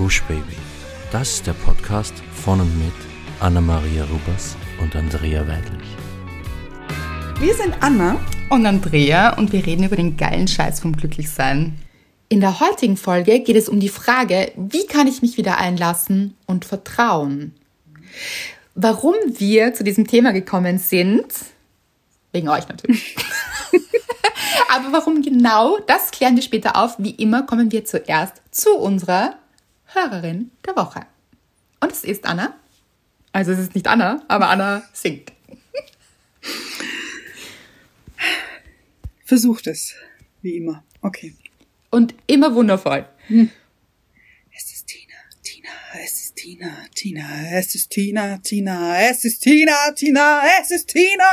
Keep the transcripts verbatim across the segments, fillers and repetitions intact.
Gush Baby. Das ist der Podcast von und mit Anna-Maria Rubers und Andrea Weidlich. Wir sind Anna und Andrea und wir reden über den geilen Scheiß vom Glücklichsein. In der heutigen Folge geht es um die Frage, wie kann ich mich wieder einlassen und vertrauen? Warum wir zu diesem Thema gekommen sind, wegen euch natürlich. Aber warum genau, das klären wir später auf. Wie immer kommen wir zuerst zu unserer Hörerin der Woche. Und es ist Anna. Also es ist nicht Anna, aber Anna singt. Versucht es, wie immer. Okay. Und immer wundervoll. Hm. Es ist Tina, Tina, es ist Tina, Tina, es ist Tina, Tina, es ist Tina, Tina, es ist Tina.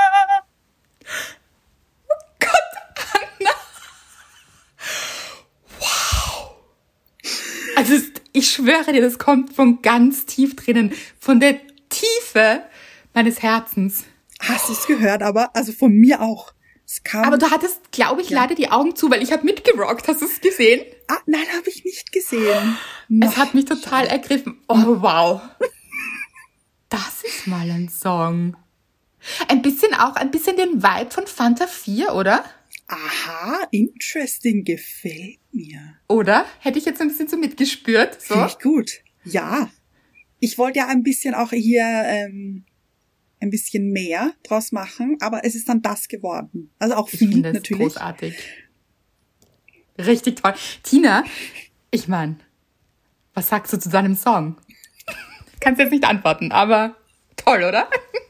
Oh Gott, Anna. Wow. Also ich schwöre dir, das kommt von ganz tief drinnen, von der Tiefe meines Herzens. Hast du es gehört, aber also von mir auch. Es kam, aber du hattest, glaube ich, ja. leider die Augen zu, weil ich habe mitgerockt. Hast du es gesehen? Ah, nein, habe ich nicht gesehen. Es hat mich total ergriffen. Oh, wow. Das ist mal ein Song. Ein bisschen auch, ein bisschen den Vibe von Fanta vier, oder? Aha, interesting, gefällt mir. Oder? Hätte ich jetzt ein bisschen so mitgespürt. So? Finde ich gut. Ja. Ich wollte ja ein bisschen auch hier ähm, ein bisschen mehr draus machen, aber es ist dann das geworden. Also auch viel, ich finde natürlich. Es großartig. Richtig toll. Tina, ich meine, was sagst du zu deinem Song? Kannst jetzt nicht antworten, aber toll, oder?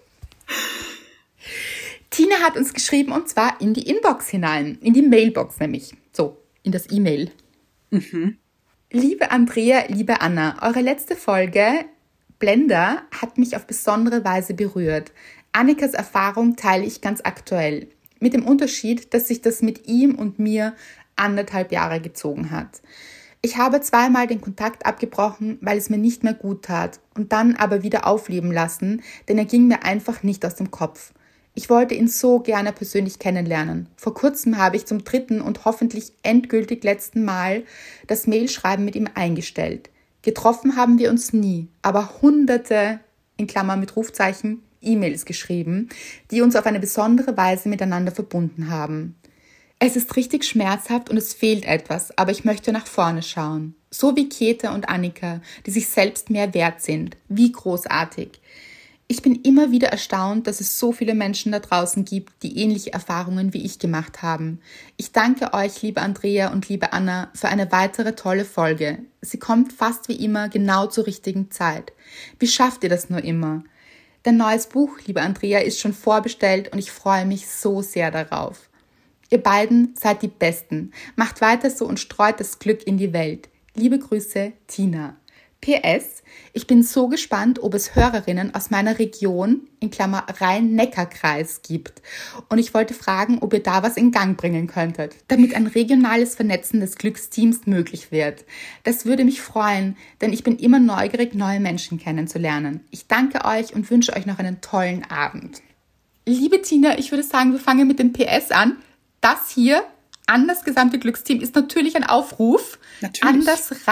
Tina hat uns geschrieben und zwar in die Inbox hinein, in die Mailbox nämlich, so, in das E-Mail. Mhm. Liebe Andrea, liebe Anna, eure letzte Folge Blender hat mich auf besondere Weise berührt. Annikas Erfahrung teile ich ganz aktuell, mit dem Unterschied, dass sich das mit ihm und mir anderthalb Jahre gezogen hat. Ich habe zweimal den Kontakt abgebrochen, weil es mir nicht mehr gut tat und dann aber wieder aufleben lassen, denn er ging mir einfach nicht aus dem Kopf. Ich wollte ihn so gerne persönlich kennenlernen. Vor kurzem habe ich zum dritten und hoffentlich endgültig letzten Mal das Mailschreiben mit ihm eingestellt. Getroffen haben wir uns nie, aber hunderte, in Klammern mit Rufzeichen, E-Mails geschrieben, die uns auf eine besondere Weise miteinander verbunden haben. Es ist richtig schmerzhaft und es fehlt etwas, aber ich möchte nach vorne schauen. So wie Käthe und Annika, die sich selbst mehr wert sind. Wie großartig. Ich bin immer wieder erstaunt, dass es so viele Menschen da draußen gibt, die ähnliche Erfahrungen wie ich gemacht haben. Ich danke euch, liebe Andrea und liebe Anna, für eine weitere tolle Folge. Sie kommt fast wie immer genau zur richtigen Zeit. Wie schafft ihr das nur immer? Dein neues Buch, liebe Andrea, ist schon vorbestellt und ich freue mich so sehr darauf. Ihr beiden seid die Besten. Macht weiter so und streut das Glück in die Welt. Liebe Grüße, Tina. P S. Ich bin so gespannt, ob es Hörerinnen aus meiner Region, in Klammer Rhein-Neckar-Kreis, gibt. Und ich wollte fragen, ob ihr da was in Gang bringen könntet, damit ein regionales Vernetzen des Glücksteams möglich wird. Das würde mich freuen, denn ich bin immer neugierig, neue Menschen kennenzulernen. Ich danke euch und wünsche euch noch einen tollen Abend. Liebe Tina, ich würde sagen, wir fangen mit dem P S an. Das hier an das gesamte Glücksteam ist natürlich ein Aufruf natürlich. An das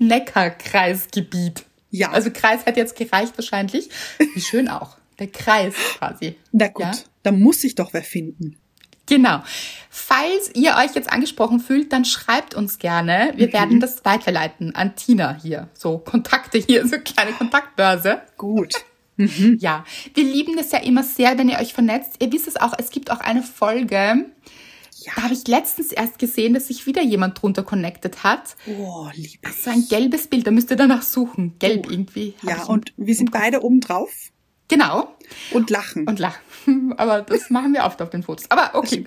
Rhein-Neckar-Kreisgebiet. Ja. Also Kreis hat jetzt gereicht wahrscheinlich. Wie schön auch. Der Kreis quasi. Na gut, ja? Da muss sich doch wer finden. Genau. Falls ihr euch jetzt angesprochen fühlt, dann schreibt uns gerne. Wir mhm. werden das weiterleiten an Tina hier. So Kontakte hier, so kleine Kontaktbörse. Gut. Mhm. Ja, wir lieben es ja immer sehr, wenn ihr euch vernetzt. Ihr wisst es auch, es gibt auch eine Folge, ja. Da habe ich letztens erst gesehen, dass sich wieder jemand drunter connected hat. Oh, liebe ich. So ein gelbes Bild, da müsst ihr danach suchen. Gelb oh. irgendwie. Ja, und wir sind beide oben drauf. Genau. Und lachen. Und lachen. Aber das machen wir oft auf den Fotos. Aber okay.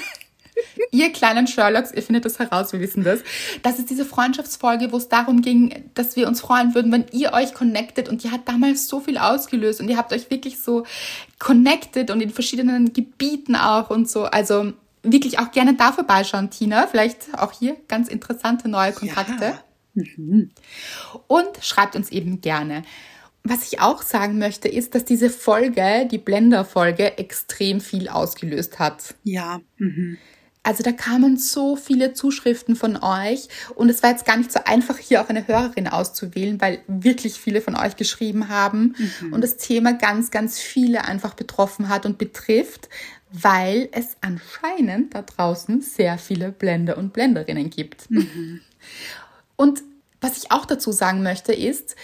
Ihr kleinen Sherlocks, ihr findet das heraus, wir wissen das. Das ist diese Freundschaftsfolge, wo es darum ging, dass wir uns freuen würden, wenn ihr euch connectet. Und die hat damals so viel ausgelöst. Und ihr habt euch wirklich so connected und in verschiedenen Gebieten auch und so. Also wirklich auch gerne da vorbeischauen, Tina. Vielleicht auch hier ganz interessante neue Kontakte. Ja. Mhm. Und schreibt uns eben gerne. Was ich auch sagen möchte, ist, dass diese Folge, die Blender-Folge, extrem viel ausgelöst hat. Ja. Mhm. Also da kamen so viele Zuschriften von euch und es war jetzt gar nicht so einfach, hier auch eine Hörerin auszuwählen, weil wirklich viele von euch geschrieben haben mhm. und das Thema ganz, ganz viele einfach betroffen hat und betrifft, weil es anscheinend da draußen sehr viele Blender und Blenderinnen gibt. Mhm. Und was ich auch dazu sagen möchte ist,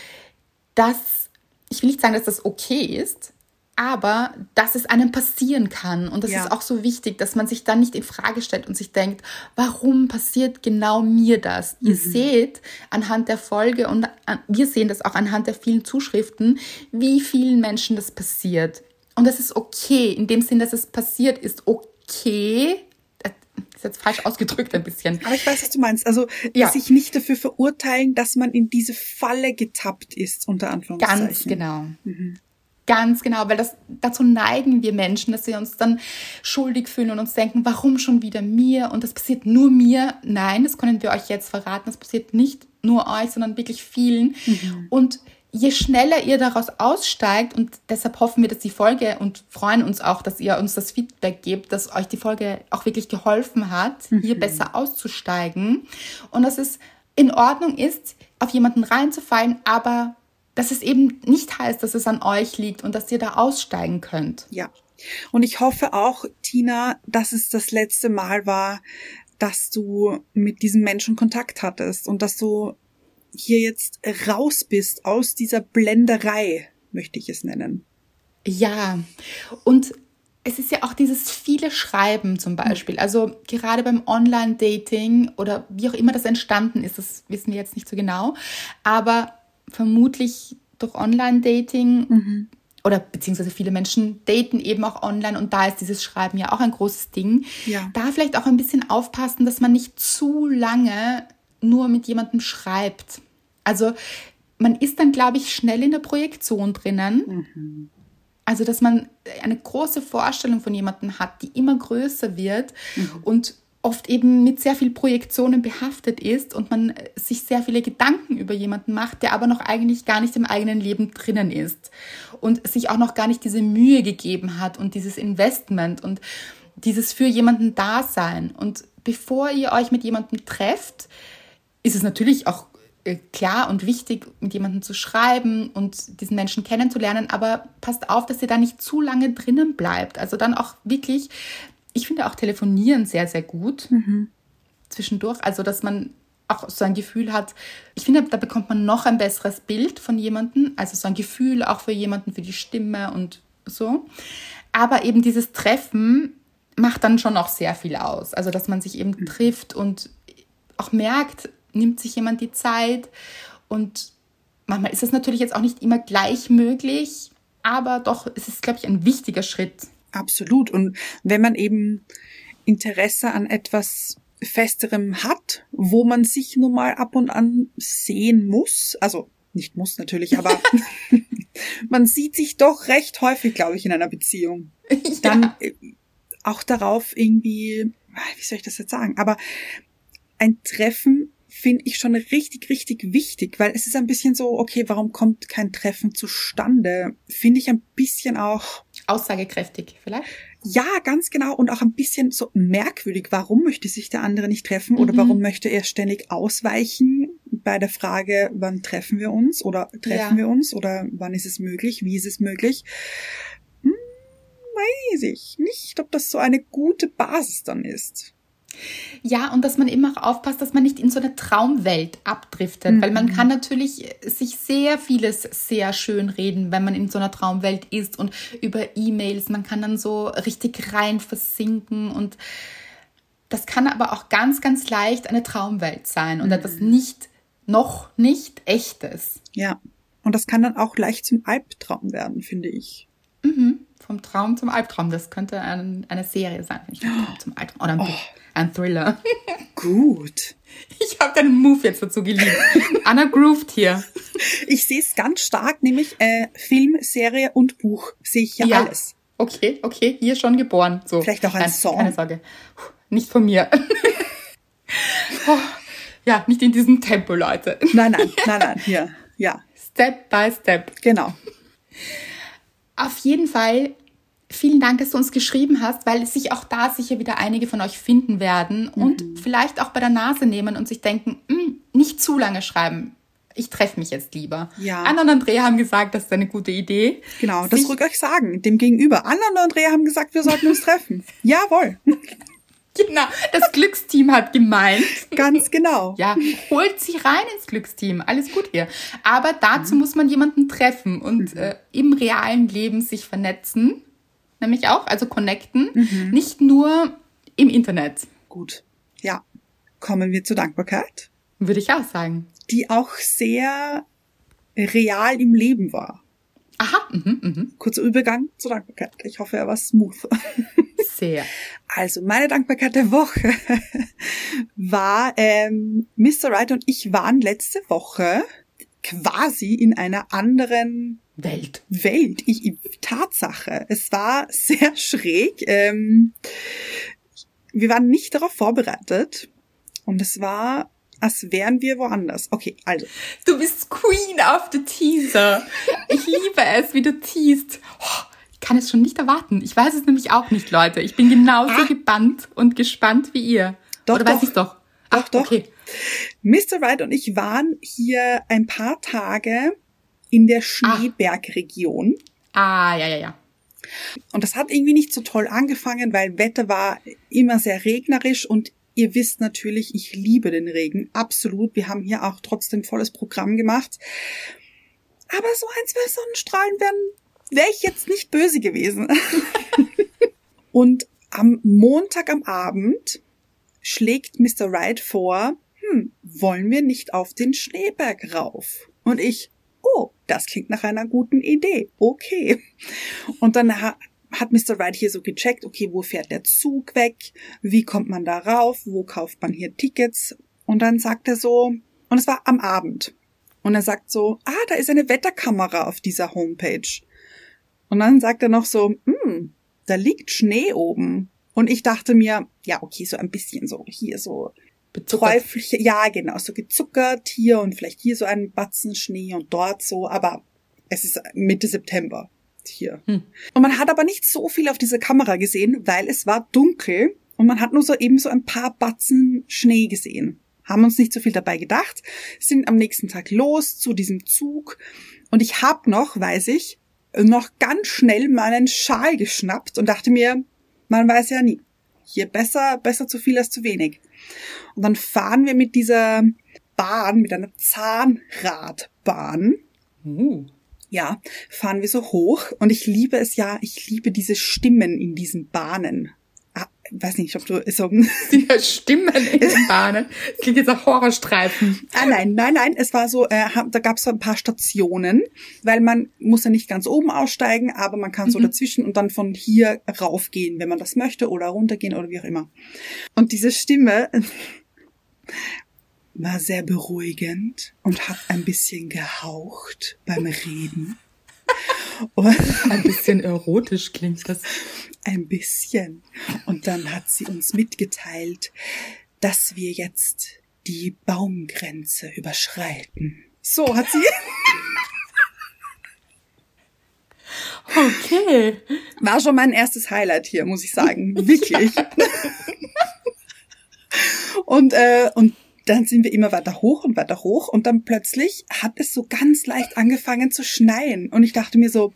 dass, ich will nicht sagen, dass das okay ist, aber dass es einem passieren kann. Und das ja. ist auch so wichtig, dass man sich dann nicht in Frage stellt und sich denkt, warum passiert genau mir das? Mhm. Ihr seht anhand der Folge und an, wir sehen das auch anhand der vielen Zuschriften, wie vielen Menschen das passiert. Und das ist okay. In dem Sinn, dass es passiert, ist okay. Das ist jetzt falsch ausgedrückt ein bisschen. Aber ich weiß, was du meinst. Also ja. sich nicht dafür verurteilen, dass man in diese Falle getappt ist, unter Anführungszeichen. Ganz genau. Mhm. Ganz genau, weil das, dazu neigen wir Menschen, dass wir uns dann schuldig fühlen und uns denken, warum schon wieder mir? Und das passiert nur mir. Nein, das können wir euch jetzt verraten. Das passiert nicht nur euch, sondern wirklich vielen. Mhm. Und je schneller ihr daraus aussteigt, und deshalb hoffen wir, dass die Folge und freuen uns auch, dass ihr uns das Feedback gebt, dass euch die Folge auch wirklich geholfen hat, mhm. hier besser auszusteigen. Und dass es in Ordnung ist, auf jemanden reinzufallen, aber dass es eben nicht heißt, dass es an euch liegt und dass ihr da aussteigen könnt. Ja, und ich hoffe auch, Tina, dass es das letzte Mal war, dass du mit diesem Menschen Kontakt hattest und dass du hier jetzt raus bist aus dieser Blenderei, möchte ich es nennen. Ja, und es ist ja auch dieses viele Schreiben zum Beispiel. Also gerade beim Online-Dating oder wie auch immer das entstanden ist, das wissen wir jetzt nicht so genau, aber vermutlich durch Online-Dating mhm. oder beziehungsweise viele Menschen daten eben auch online und da ist dieses Schreiben ja auch ein großes Ding. Ja. Da vielleicht auch ein bisschen aufpassen, dass man nicht zu lange nur mit jemandem schreibt. Also man ist dann, glaube ich, schnell in der Projektion drinnen. Mhm. Also dass man eine große Vorstellung von jemandem hat, die immer größer wird mhm. und oft eben mit sehr viel Projektionen behaftet ist und man sich sehr viele Gedanken über jemanden macht, der aber noch eigentlich gar nicht im eigenen Leben drinnen ist und sich auch noch gar nicht diese Mühe gegeben hat und dieses Investment und dieses für jemanden Dasein. Und bevor ihr euch mit jemandem trefft, ist es natürlich auch klar und wichtig, mit jemandem zu schreiben und diesen Menschen kennenzulernen, aber passt auf, dass ihr da nicht zu lange drinnen bleibt. Also dann auch wirklich, ich finde auch Telefonieren sehr, sehr gut mhm. zwischendurch. Also, dass man auch so ein Gefühl hat, ich finde, da bekommt man noch ein besseres Bild von jemandem. Also so ein Gefühl auch für jemanden, für die Stimme und so. Aber eben dieses Treffen macht dann schon auch sehr viel aus. Also, dass man sich eben mhm. trifft und auch merkt, nimmt sich jemand die Zeit. Und manchmal ist das natürlich jetzt auch nicht immer gleich möglich, aber doch, es ist, glaube ich, ein wichtiger Schritt. Absolut. Und wenn man eben Interesse an etwas Festerem hat, wo man sich nun mal ab und an sehen muss, also nicht muss natürlich, aber man sieht sich doch recht häufig, glaube ich, in einer Beziehung. Ja. Dann auch darauf irgendwie, wie soll ich das jetzt sagen, aber ein Treffen finde ich schon richtig, richtig wichtig, weil es ist ein bisschen so, okay, warum kommt kein Treffen zustande? Finde ich ein bisschen auch aussagekräftig vielleicht? Ja, ganz genau. Und auch ein bisschen so merkwürdig. Warum möchte sich der andere nicht treffen? Oder mhm. warum möchte er ständig ausweichen bei der Frage, wann treffen wir uns? Oder treffen ja. wir uns? Oder wann ist es möglich? Wie ist es möglich? Hm, weiß ich nicht, ob das so eine gute Basis dann ist. Ja, und dass man immer auch aufpasst, dass man nicht in so eine Traumwelt abdriftet, mhm. weil man kann natürlich sich sehr vieles sehr schön reden, wenn man in so einer Traumwelt ist und über E-Mails, man kann dann so richtig rein versinken und das kann aber auch ganz, ganz leicht eine Traumwelt sein und mhm. etwas nicht, noch nicht Echtes. Ja, und das kann dann auch leicht zum Albtraum werden, finde ich. Mhm. Vom Traum zum Albtraum, das könnte ein, eine Serie sein, wenn ich vom Traum zum Albtraum oder ein, oh. ein Thriller. Gut. Ich habe deinen Move jetzt dazu geliebt. Anna grooved hier. Ich sehe es ganz stark, nämlich äh, Film, Serie und Buch. Sehe ich ja, ja alles. Okay, okay, hier schon geboren. So. Vielleicht auch ein Nein, Song. Keine Sorge. Nicht von mir. oh, ja, nicht in diesem Tempo, Leute. Nein, nein, nein, nein, hier, ja. Step by step. Genau. Auf jeden Fall Vielen Dank, dass du uns geschrieben hast, weil sich auch da sicher wieder einige von euch finden werden und mhm. vielleicht auch bei der Nase nehmen und sich denken, nicht zu lange schreiben. Ich treffe mich jetzt lieber. Ja. Anna und Andrea haben gesagt, das ist eine gute Idee. Genau, das rück euch sagen, dem Gegenüber. Anna und Andrea haben gesagt, wir sollten uns treffen. Jawohl. Genau, das Glücksteam hat gemeint. Ganz genau. Ja, holt sie rein ins Glücksteam. Alles gut hier. Aber dazu mhm. muss man jemanden treffen und mhm. äh, im realen Leben sich vernetzen. Nämlich auch, also connecten. Mhm. Nicht nur im Internet. Gut. Ja. Kommen wir zur Dankbarkeit. Würde ich auch sagen. Die auch sehr real im Leben war. Aha. Mhm, mhm. Kurzer Übergang zur Dankbarkeit. Ich hoffe, er war smooth. Sehr. Also, meine Dankbarkeit der Woche war, ähm, Mister Right und ich waren letzte Woche quasi in einer anderen Welt. Welt. Ich, Tatsache. Es war sehr schräg. Ähm, wir waren nicht darauf vorbereitet. Und es war, als wären wir woanders. Okay, also. Du bist Queen of the Teaser. Ich liebe es, wie du teast. Oh, ich kann es schon nicht erwarten. Ich weiß es nämlich auch nicht, Leute. Ich bin genauso ah. gebannt und gespannt wie ihr. Doch, Oder doch. weiß ich doch? Doch, Ach, doch. Okay. Mister Right und ich waren hier ein paar Tage in der Schneebergregion. Ah, ja, ja, ja. Und das hat irgendwie nicht so toll angefangen, weil Wetter war immer sehr regnerisch und ihr wisst natürlich, ich liebe den Regen, absolut. Wir haben hier auch trotzdem volles Programm gemacht. Aber so ein, zwei Sonnenstrahlen wären, wäre ich jetzt nicht böse gewesen. Und am Montag am Abend schlägt Mister Right vor, hm, wollen wir nicht auf den Schneeberg rauf? Und ich, oh, das klingt nach einer guten Idee. Okay. Und dann ha- hat Mister Right hier so gecheckt, okay, wo fährt der Zug weg? Wie kommt man da rauf? Wo kauft man hier Tickets? Und dann sagt er so, und es war am Abend. Und er sagt so, ah, da ist eine Wetterkamera auf dieser Homepage. Und dann sagt er noch so, hm, da liegt Schnee oben. Und ich dachte mir, ja, okay, so ein bisschen so, hier so Träufelchen, ja, genau, so gezuckert hier und vielleicht hier so ein Batzen Schnee und dort so, aber es ist Mitte September. Hier. Hm. Und man hat aber nicht so viel auf dieser Kamera gesehen, weil es war dunkel und man hat nur so eben so ein paar Batzen Schnee gesehen. Haben uns nicht so viel dabei gedacht, sind am nächsten Tag los zu diesem Zug und ich habe noch, weiß ich, noch ganz schnell meinen Schal geschnappt und dachte mir, man weiß ja nie. Hier besser, besser zu viel als zu wenig. Und dann fahren wir mit dieser Bahn, mit einer Zahnradbahn. Uh. Ja, fahren wir so hoch und ich liebe es ja, ich liebe diese Stimmen in diesen Bahnen. Ah, weiß nicht, ob du so... Die Stimmen in den Bahnen. Das klingt jetzt nach Horrorstreifen. Ah, nein, nein, nein, es war so, äh, da gab es so ein paar Stationen, weil man muss ja nicht ganz oben aussteigen, aber man kann so mhm. dazwischen und dann von hier raufgehen, wenn man das möchte oder runtergehen oder wie auch immer. Und diese Stimme war sehr beruhigend und hat ein bisschen gehaucht beim Reden. Und ein bisschen erotisch klingt das. Ein bisschen. Und dann hat sie uns mitgeteilt, dass wir jetzt die Baumgrenze überschreiten. So hat sie... Okay. War schon mein erstes Highlight hier, muss ich sagen. Wirklich. und, äh, und dann sind wir immer weiter hoch und weiter hoch und dann plötzlich hat es so ganz leicht angefangen zu schneien. Und ich dachte mir so,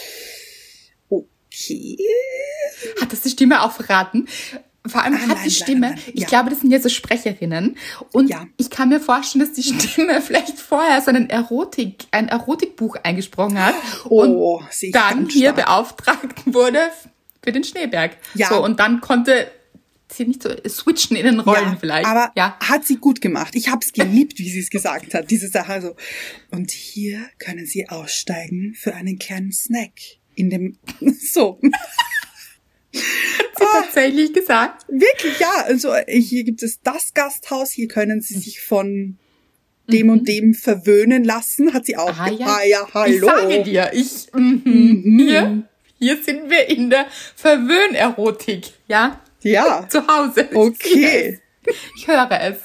okay. Hat das die Stimme auch verraten? Vor allem ah, hat nein, die Stimme, nein, nein, nein. ich ja. glaube, das sind ja so Sprecherinnen. Und ja. ich kann mir vorstellen, dass die Stimme vielleicht vorher so einen Erotik, ein Erotikbuch eingesprochen hat oh, und dann hier beauftragt wurde für den Schneeberg. Ja. So, und dann konnte sie nicht so switchen in den Rollen ja, vielleicht. Aber ja. hat sie gut gemacht. Ich habe es geliebt, wie sie es gesagt hat, diese Sache. So. Und hier können Sie aussteigen für einen kleinen Snack. In dem, so. Hat sie ah, tatsächlich gesagt? Wirklich, ja. Also hier gibt es das Gasthaus, hier können Sie sich von dem mhm. und dem verwöhnen lassen, hat sie auch. Ah ja, ah, ja hallo. Ich sage dir, ich, mhm. Mhm. Hier, hier sind wir in der Verwöhnerotik, ja? Ja. Zu Hause. Okay. Ich höre es.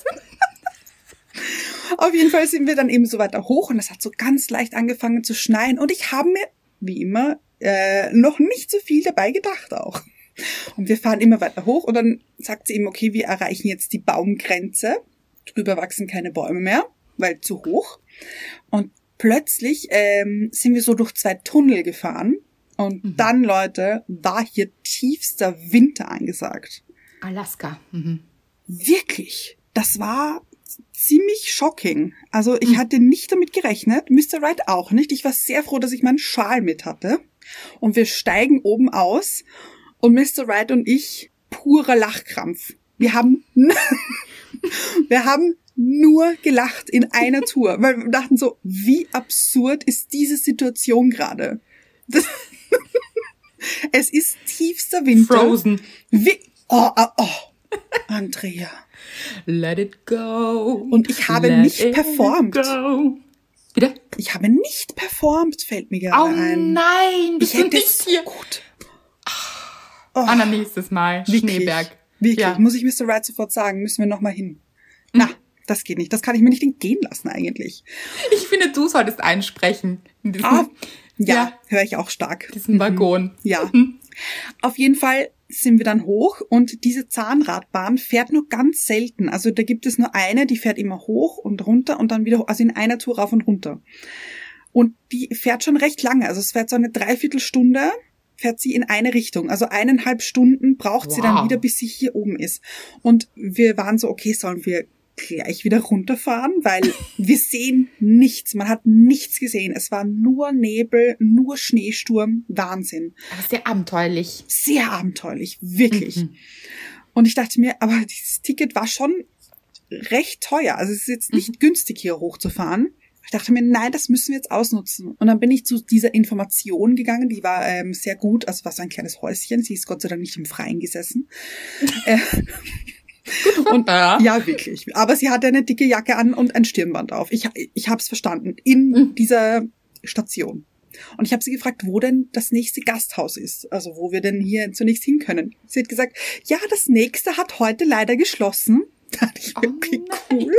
Auf jeden Fall sind wir dann eben so weiter hoch und es hat so ganz leicht angefangen zu schneien und ich habe mir, wie immer, äh, noch nicht so viel dabei gedacht auch. Und wir fahren immer weiter hoch und dann sagt sie ihm, okay, wir erreichen jetzt die Baumgrenze. Drüber wachsen keine Bäume mehr, weil zu hoch. Und plötzlich ähm, sind wir so durch zwei Tunnel gefahren. Und mhm. dann, Leute, war hier tiefster Winter angesagt. Alaska. Mhm. Wirklich. Das war ziemlich shocking. Also ich mhm. hatte nicht damit gerechnet. Mister Wright auch nicht. Ich war sehr froh, dass ich meinen Schal mit hatte. Und wir steigen oben aus. Und Mister Wright und ich, purer Lachkrampf. Wir haben, wir haben nur gelacht in einer Tour. Weil wir dachten so, wie absurd ist diese Situation gerade? Das Es ist tiefster Winter. Frozen. Wie, oh, oh, oh. Andrea. Let it go. Und ich habe Let nicht it performt. Go. Bitte? Ich habe nicht performt, fällt mir gerade oh, ein. Oh nein, bist ich du hätte nicht es hier? So gut. Oh. Anna, nächstes Mal. Wirklich, Schneeberg. Wirklich, ja. muss ich Mister Wright sofort sagen, müssen wir nochmal hin. Mhm. Na, das geht nicht. Das kann ich mir nicht entgehen lassen eigentlich. Ich finde, du solltest einsprechen. In diesem, ah, ja, ja, höre ich auch stark. Diesen Waggon. Ja. Auf jeden Fall sind wir dann hoch und diese Zahnradbahn fährt nur ganz selten. Also da gibt es nur eine, die fährt immer hoch und runter und dann wieder hoch, also in einer Tour rauf und runter. Und die fährt schon recht lange. Also es fährt so eine Dreiviertelstunde, fährt sie in eine Richtung. Also eineinhalb Stunden braucht wow. sie dann wieder, bis sie hier oben ist. Und wir waren so, okay, sollen wir gleich wieder runterfahren, weil wir sehen nichts. Man hat nichts gesehen. Es war nur Nebel, nur Schneesturm. Wahnsinn. Aber sehr abenteuerlich. Sehr abenteuerlich, wirklich. Mhm. Und ich dachte mir, aber dieses Ticket war schon recht teuer. Also es ist jetzt nicht mhm. günstig, hier hochzufahren. Ich dachte mir, nein, das müssen wir jetzt ausnutzen. Und dann bin ich zu dieser Information gegangen, die war ähm, sehr gut. Also war so ein kleines Häuschen. Sie ist Gott sei Dank nicht im Freien gesessen. äh, und, ja. ja, wirklich. Aber sie hatte eine dicke Jacke an und ein Stirnband auf. Ich, ich habe es verstanden. In mhm. dieser Station. Und ich habe sie gefragt, wo denn das nächste Gasthaus ist. Also wo wir denn hier zunächst hin können. Sie hat gesagt, ja, das nächste hat heute leider geschlossen. Da dachte ich, okay, oh cool.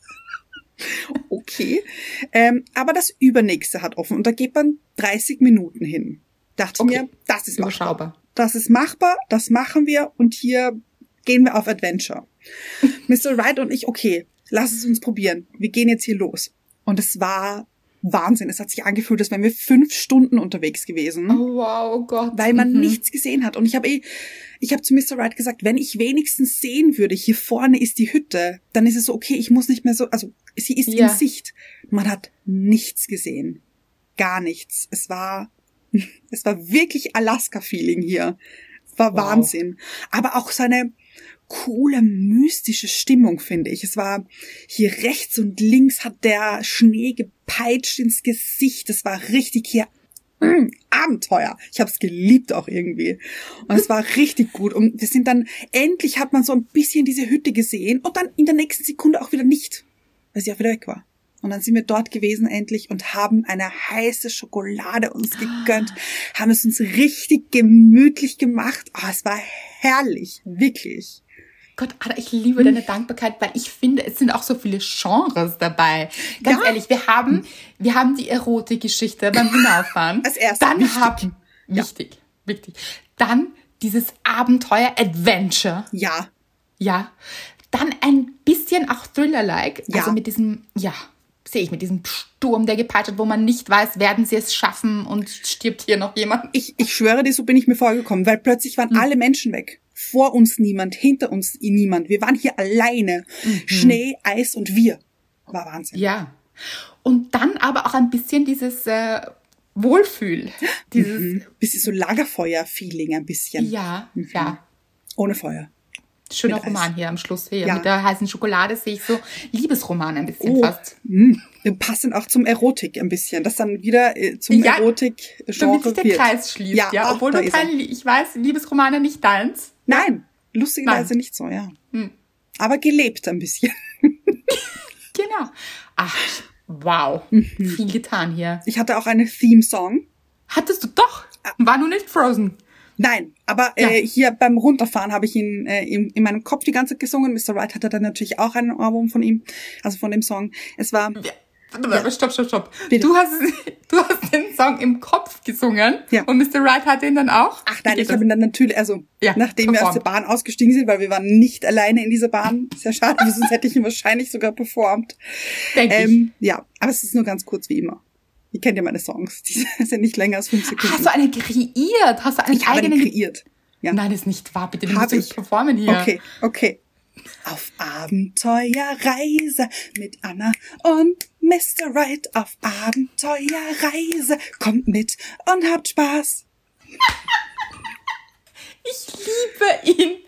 Okay. Ähm, aber das übernächste hat offen. Und da geht man dreißig Minuten hin. Dachte okay. mir, das ist machbar. Das ist machbar, das machen wir. Und hier gehen wir auf Adventure. Mister Wright und ich, okay, lass es uns probieren. Wir gehen jetzt hier los. Und es war Wahnsinn. Es hat sich angefühlt, als wären wir fünf Stunden unterwegs gewesen. Oh, wow, oh Gott. Weil man mhm. nichts gesehen hat. Und ich habe eh, ich habe zu Mister Wright gesagt, wenn ich wenigstens sehen würde, hier vorne ist die Hütte, dann ist es so, okay, ich muss nicht mehr so, also sie ist ja. in Sicht. Man hat nichts gesehen. Gar nichts. Es war, es war wirklich Alaska-Feeling hier. Es war wow. Wahnsinn. Aber auch so eine coole, mystische Stimmung, finde ich. Es war hier rechts und links hat der Schnee gepeitscht ins Gesicht. Es war richtig hier mm, Abenteuer. Ich habe es geliebt auch irgendwie. Und es war richtig gut. Und wir sind dann, endlich hat man so ein bisschen diese Hütte gesehen und dann in der nächsten Sekunde auch wieder nicht, weil sie auch wieder weg war. Und dann sind wir dort gewesen endlich und haben eine heiße Schokolade uns gegönnt, haben es uns richtig gemütlich gemacht. Oh, es war herrlich, wirklich. Gott, Anna, ich liebe deine Dankbarkeit, weil ich finde, es sind auch so viele Genres dabei. Ganz ja. ehrlich, wir haben, wir haben die Erotikgeschichte beim Hinauffahren. Als erstes. Dann wichtig. haben, wichtig, ja. wichtig. Dann dieses Abenteuer-Adventure. Ja. Ja. Dann ein bisschen auch Thriller-like. Ja. Also mit diesem, ja, sehe ich, mit diesem Sturm, der gepeitscht hat, wo man nicht weiß, werden sie es schaffen und stirbt hier noch jemand. Ich, ich schwöre dir, so bin ich mir vorgekommen, weil plötzlich waren mhm. alle Menschen weg. Vor uns niemand, hinter uns niemand. Wir waren hier alleine. Mhm. Schnee, Eis und wir. War Wahnsinn. Ja. Und dann aber auch ein bisschen dieses äh, Wohlfühl. Dieses mhm. bisschen so Lagerfeuer-Feeling ein bisschen. Ja, mhm. ja. Ohne Feuer. Schöner Mit Roman Eis. hier am Schluss. Hier ja. Mit der heißen Schokolade sehe ich so Liebesroman ein bisschen oh. fast. Mhm. Passend auch zum Erotik ein bisschen. Das dann wieder äh, zum ja, Erotik-Genre damit sich der wird. Kreis schließt. Ja, ja. Ach, Obwohl du kein, ich weiß, Liebesromane nicht deins. Nein, lustigerweise nicht so, ja. Hm. Aber gelebt ein bisschen. Genau. Ach, wow. Mhm. Viel getan hier. Ich hatte auch eine Theme-Song. Hattest du doch? War nur nicht Frozen. Nein, aber ja. äh, hier beim Runterfahren habe ich ihn äh, in, in meinem Kopf die ganze Zeit gesungen. Mister Wright hatte dann natürlich auch ein Album von ihm, also von dem Song. Es war... Ja. Stopp, stopp, stopp. Du hast, du hast den Song im Kopf gesungen ja. und Mister Right hatte ihn dann auch? Ach nein, ich habe ihn dann natürlich, also ja, nachdem performt. wir aus der Bahn ausgestiegen sind, weil wir waren nicht alleine in dieser Bahn. Sehr schade, sonst hätte ich ihn wahrscheinlich sogar performt. Denke ähm, ich. Ja, aber es ist nur ganz kurz wie immer. Ihr kennt ja meine Songs, die sind nicht länger als fünf Sekunden. Hast du eine kreiert? Hast du einen ich habe eigenen... eine kreiert. Ja. Nein, das ist nicht wahr. Bitte, du hab musst ich performen hier. Okay, okay. Auf Abenteuerreise mit Anna und Mister Right. Auf Abenteuerreise. Kommt mit und habt Spaß. Ich liebe ihn.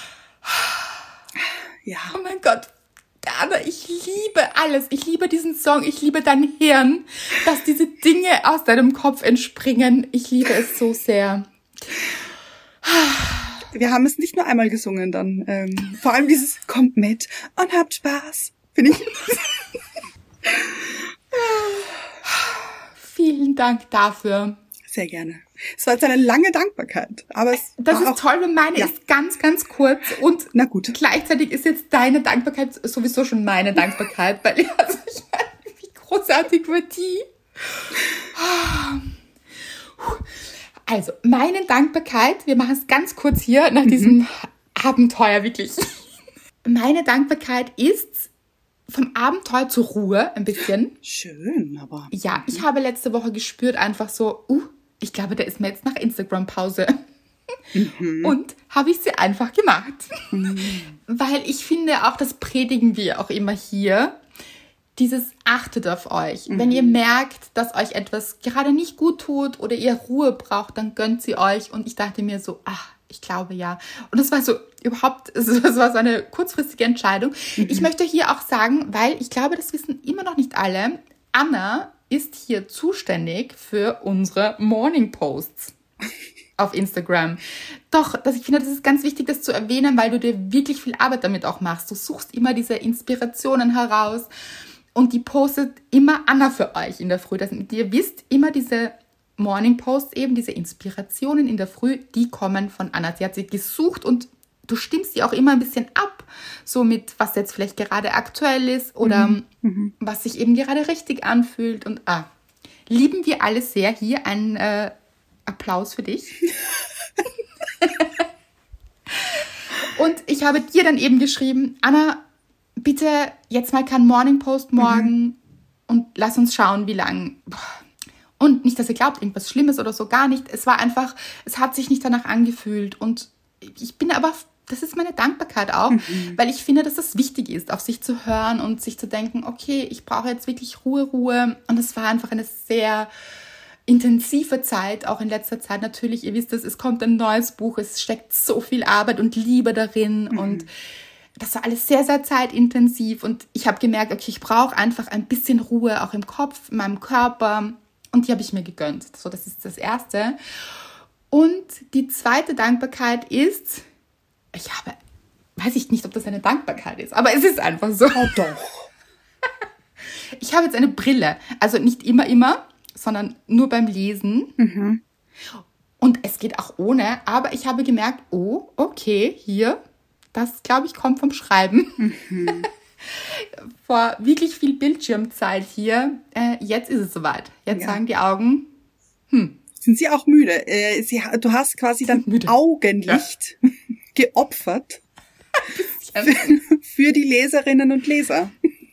Ja. Oh mein Gott. Anna, ich liebe alles. Ich liebe diesen Song. Ich liebe dein Hirn, dass diese Dinge aus deinem Kopf entspringen. Ich liebe es so sehr. Wir haben es nicht nur einmal gesungen dann. Ähm, vor allem dieses kommt mit und habt Spaß. Finde ich. Vielen Dank dafür. Sehr gerne. Es war jetzt eine lange Dankbarkeit. Aber es das war ist auch, toll, weil meine ja. ist ganz, ganz kurz. Und na gut. Gleichzeitig ist jetzt deine Dankbarkeit sowieso schon meine Dankbarkeit. Weil also ich meine, wie großartig war die. Also, meine Dankbarkeit, wir machen es ganz kurz hier nach diesem mhm. Abenteuer, wirklich. Meine Dankbarkeit ist vom Abenteuer zur Ruhe ein bisschen. Schön, aber... Ja, ich habe letzte Woche gespürt einfach so, uh, ich glaube, der ist mir jetzt nach Instagram-Pause. Mhm. Und habe ich sie einfach gemacht. Mhm. Weil ich finde auch, das predigen wir auch immer hier, dieses achtet auf euch. Mhm. Wenn ihr merkt, dass euch etwas gerade nicht gut tut oder ihr Ruhe braucht, dann gönnt sie euch. Und ich dachte mir so, ach, ich glaube ja. Und das war so überhaupt, das war so eine kurzfristige Entscheidung. Mhm. Ich möchte hier auch sagen, weil ich glaube, das wissen immer noch nicht alle, Anna ist hier zuständig für unsere Morning Posts auf Instagram. Doch, das, ich finde, das ist ganz wichtig, das zu erwähnen, weil du dir wirklich viel Arbeit damit auch machst. Du suchst immer diese Inspirationen heraus. Und die postet immer Anna für euch in der Früh. Das, ihr wisst, immer diese Morning Posts, eben diese Inspirationen in der Früh, die kommen von Anna. Sie hat sie gesucht und du stimmst sie auch immer ein bisschen ab, so mit, was jetzt vielleicht gerade aktuell ist oder mhm. was sich eben gerade richtig anfühlt. Und ah, lieben wir alle sehr. Hier ein äh, Applaus für dich. Und ich habe dir dann eben geschrieben, Anna, bitte jetzt mal kein Morning Post morgen mhm. und lass uns schauen, wie lang. Und nicht, dass ihr glaubt, irgendwas Schlimmes oder so, gar nicht. Es war einfach, es hat sich nicht danach angefühlt. Und ich bin aber, das ist meine Dankbarkeit auch, mhm. weil ich finde, dass es wichtig ist, auf sich zu hören und sich zu denken, okay, ich brauche jetzt wirklich Ruhe, Ruhe. Und es war einfach eine sehr intensive Zeit, auch in letzter Zeit. Natürlich, ihr wisst es, es kommt ein neues Buch, es steckt so viel Arbeit und Liebe darin mhm. und das war alles sehr, sehr zeitintensiv und ich habe gemerkt, okay, ich brauche einfach ein bisschen Ruhe, auch im Kopf, in meinem Körper und die habe ich mir gegönnt. So, das ist das Erste. Und die zweite Dankbarkeit ist, ich habe, weiß ich nicht, ob das eine Dankbarkeit ist, aber es ist einfach so. Oh doch. Ich habe jetzt eine Brille, also nicht immer, immer, sondern nur beim Lesen. Mhm. Und es geht auch ohne, aber ich habe gemerkt, oh, okay, hier, das, glaube ich, kommt vom Schreiben. Mhm. Vor wirklich viel Bildschirmzeit hier. Äh, jetzt ist es soweit. Jetzt ja. sagen die Augen, hm. Sind sie auch müde? Äh, sie, du hast quasi dann müde. Augenlicht ja. geopfert für, für die Leserinnen und Leser.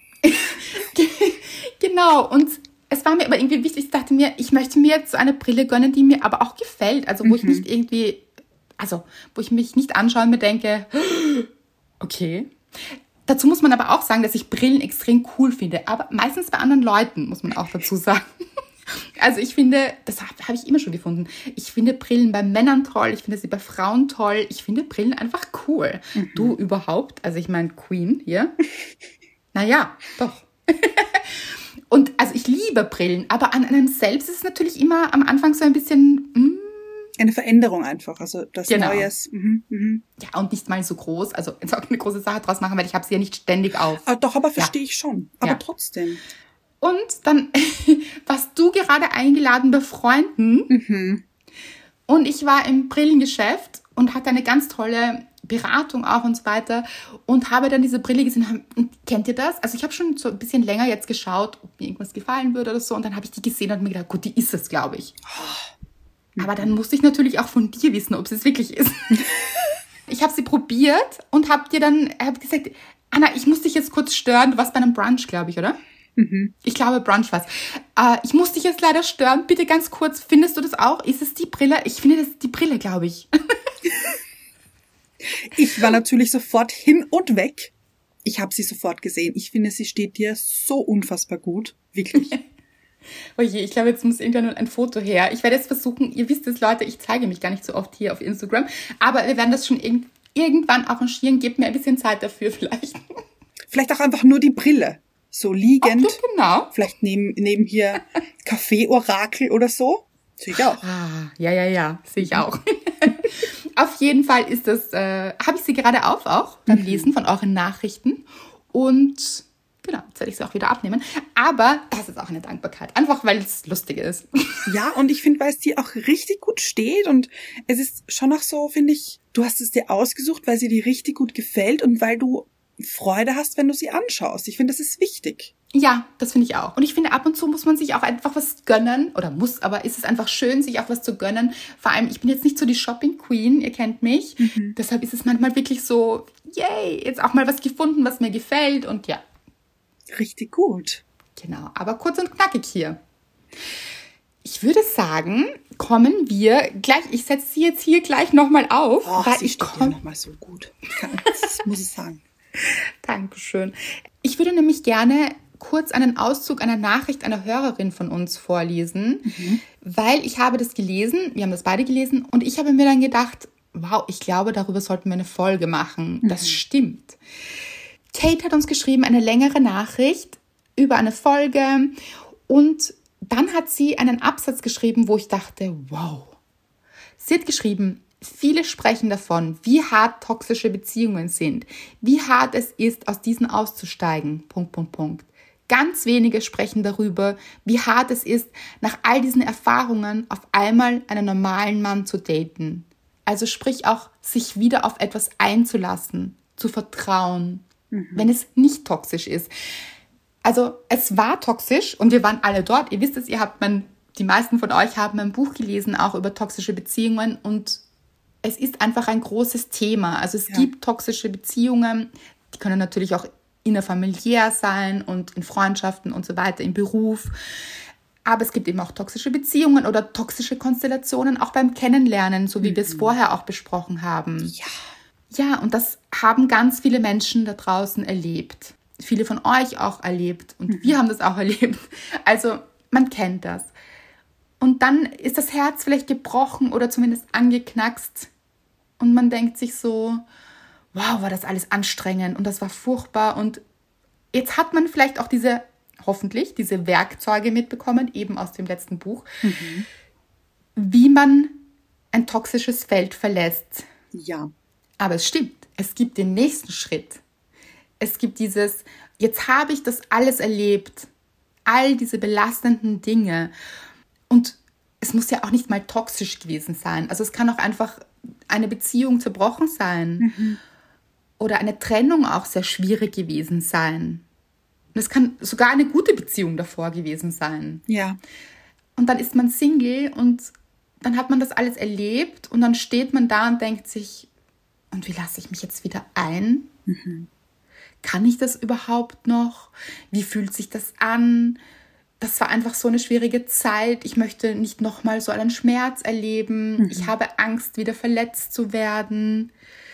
Genau. Und es war mir aber irgendwie wichtig, ich dachte mir, ich möchte mir jetzt so eine Brille gönnen, die mir aber auch gefällt. Also wo mhm. ich nicht irgendwie... Also, wo ich mich nicht anschaue und mir denke, okay. Dazu muss man aber auch sagen, dass ich Brillen extrem cool finde. Aber meistens bei anderen Leuten, muss man auch dazu sagen. Also ich finde, das habe hab ich immer schon gefunden. Ich finde Brillen bei Männern toll. Ich finde sie bei Frauen toll. Ich finde Brillen einfach cool. Mhm. Du überhaupt? Also ich meine Queen hier. Naja, doch. Und also ich liebe Brillen. Aber an einem selbst ist es natürlich immer am Anfang so ein bisschen... Mh, eine Veränderung einfach, also das genau. Neues. Mhm, mhm. Ja, und nicht mal so groß, also jetzt auch eine große Sache draus machen, weil ich habe sie ja nicht ständig auf. Ah, doch, aber verstehe ja. ich schon, aber ja. trotzdem. Und dann warst du gerade eingeladen bei Freunden mhm. und ich war im Brillengeschäft und hatte eine ganz tolle Beratung auch und so weiter und habe dann diese Brille gesehen. Und kennt ihr das? Also ich habe schon so ein bisschen länger jetzt geschaut, mir irgendwas gefallen würde oder so. Und dann habe ich die gesehen und mir gedacht, gut, die ist es, glaube ich. Aber dann musste ich natürlich auch von dir wissen, ob sie es wirklich ist. Ich habe sie probiert und habe dir dann hab gesagt, Anna, ich muss dich jetzt kurz stören. Du warst bei einem Brunch, glaube ich, oder? Mhm. Ich glaube, Brunch war's. Äh, ich muss dich jetzt leider stören. Bitte ganz kurz, findest du das auch? Ist es die Brille? Ich finde, das ist die Brille, glaube ich. Ich war natürlich sofort hin und weg. Ich habe sie sofort gesehen. Ich finde, sie steht dir so unfassbar gut. Wirklich. Oh je, ich glaube, jetzt muss irgendwann ein Foto her. Ich werde jetzt versuchen, ihr wisst es, Leute, ich zeige mich gar nicht so oft hier auf Instagram, aber wir werden das schon irg- irgendwann arrangieren. Gebt mir ein bisschen Zeit dafür vielleicht. Vielleicht auch einfach nur die Brille. So liegend. Ach, genau. Vielleicht neben, neben hier Kaffee-Orakel oder so. Sehe ich auch. Ah, ja, ja, ja, sehe ich auch. Auf jeden Fall ist das, äh, habe ich sie gerade auf auch beim Lesen von euren Nachrichten. Und genau, jetzt werde ich sie auch wieder abnehmen. Aber das ist auch eine Dankbarkeit. Einfach, weil es lustig ist. Ja, und ich finde, weil es dir auch richtig gut steht und es ist schon auch so, finde ich, du hast es dir ausgesucht, weil sie dir richtig gut gefällt und weil du Freude hast, wenn du sie anschaust. Ich finde, das ist wichtig. Ja, das finde ich auch. Und ich finde, ab und zu muss man sich auch einfach was gönnen. Oder muss, aber ist es einfach schön, sich auch was zu gönnen. Vor allem, ich bin jetzt nicht so die Shopping-Queen, ihr kennt mich. Mhm. Deshalb ist es manchmal wirklich so, yay, jetzt auch mal was gefunden, was mir gefällt. Und ja. Richtig gut. Genau, aber kurz und knackig hier. Ich würde sagen, kommen wir gleich, ich setze sie jetzt hier gleich nochmal auf. Oh, weil sie ich steht komm, dir nochmal so gut. Das muss ich sagen. Dankeschön. Ich würde nämlich gerne kurz einen Auszug einer Nachricht einer Hörerin von uns vorlesen, mhm. weil ich habe das gelesen, wir haben das beide gelesen und ich habe mir dann gedacht, wow, ich glaube, darüber sollten wir eine Folge machen. Mhm. Das stimmt. Kate hat uns geschrieben, eine längere Nachricht über eine Folge und dann hat sie einen Absatz geschrieben, wo ich dachte, wow. Sie hat geschrieben, viele sprechen davon, wie hart toxische Beziehungen sind, wie hart es ist, aus diesen auszusteigen, Punkt, Punkt, Punkt. Ganz wenige sprechen darüber, wie hart es ist, nach all diesen Erfahrungen auf einmal einen normalen Mann zu daten. Also sprich auch, sich wieder auf etwas einzulassen, zu vertrauen, mhm. wenn es nicht toxisch ist. Also es war toxisch und wir waren alle dort. Ihr wisst es, ihr habt mein, die meisten von euch haben ein Buch gelesen, auch über toxische Beziehungen und es ist einfach ein großes Thema. Also es ja. gibt toxische Beziehungen, die können natürlich auch innerfamiliär sein und in Freundschaften und so weiter, im Beruf. Aber es gibt eben auch toxische Beziehungen oder toxische Konstellationen, auch beim Kennenlernen, so wie mhm. wir es vorher auch besprochen haben. Ja. Ja, und das haben ganz viele Menschen da draußen erlebt. Viele von euch auch erlebt und mhm. wir haben das auch erlebt. Also man kennt das. Und dann ist das Herz vielleicht gebrochen oder zumindest angeknackst und man denkt sich so, wow, war das alles anstrengend und das war furchtbar und jetzt hat man vielleicht auch diese, hoffentlich, diese Werkzeuge mitbekommen, eben aus dem letzten Buch, mhm. wie man ein toxisches Feld verlässt. Ja. Aber es stimmt, es gibt den nächsten Schritt. Es gibt dieses, jetzt habe ich das alles erlebt, all diese belastenden Dinge. Und es muss ja auch nicht mal toxisch gewesen sein. Also es kann auch einfach eine Beziehung zerbrochen sein. Mhm. Oder eine Trennung auch sehr schwierig gewesen sein. Und es kann sogar eine gute Beziehung davor gewesen sein. Ja. Und dann ist man Single und dann hat man das alles erlebt und dann steht man da und denkt sich, und wie lasse ich mich jetzt wieder ein? Mhm. Kann ich das überhaupt noch? Wie fühlt sich das an? Das war einfach so eine schwierige Zeit. Ich möchte nicht nochmal so einen Schmerz erleben. Mhm. Ich habe Angst, wieder verletzt zu werden.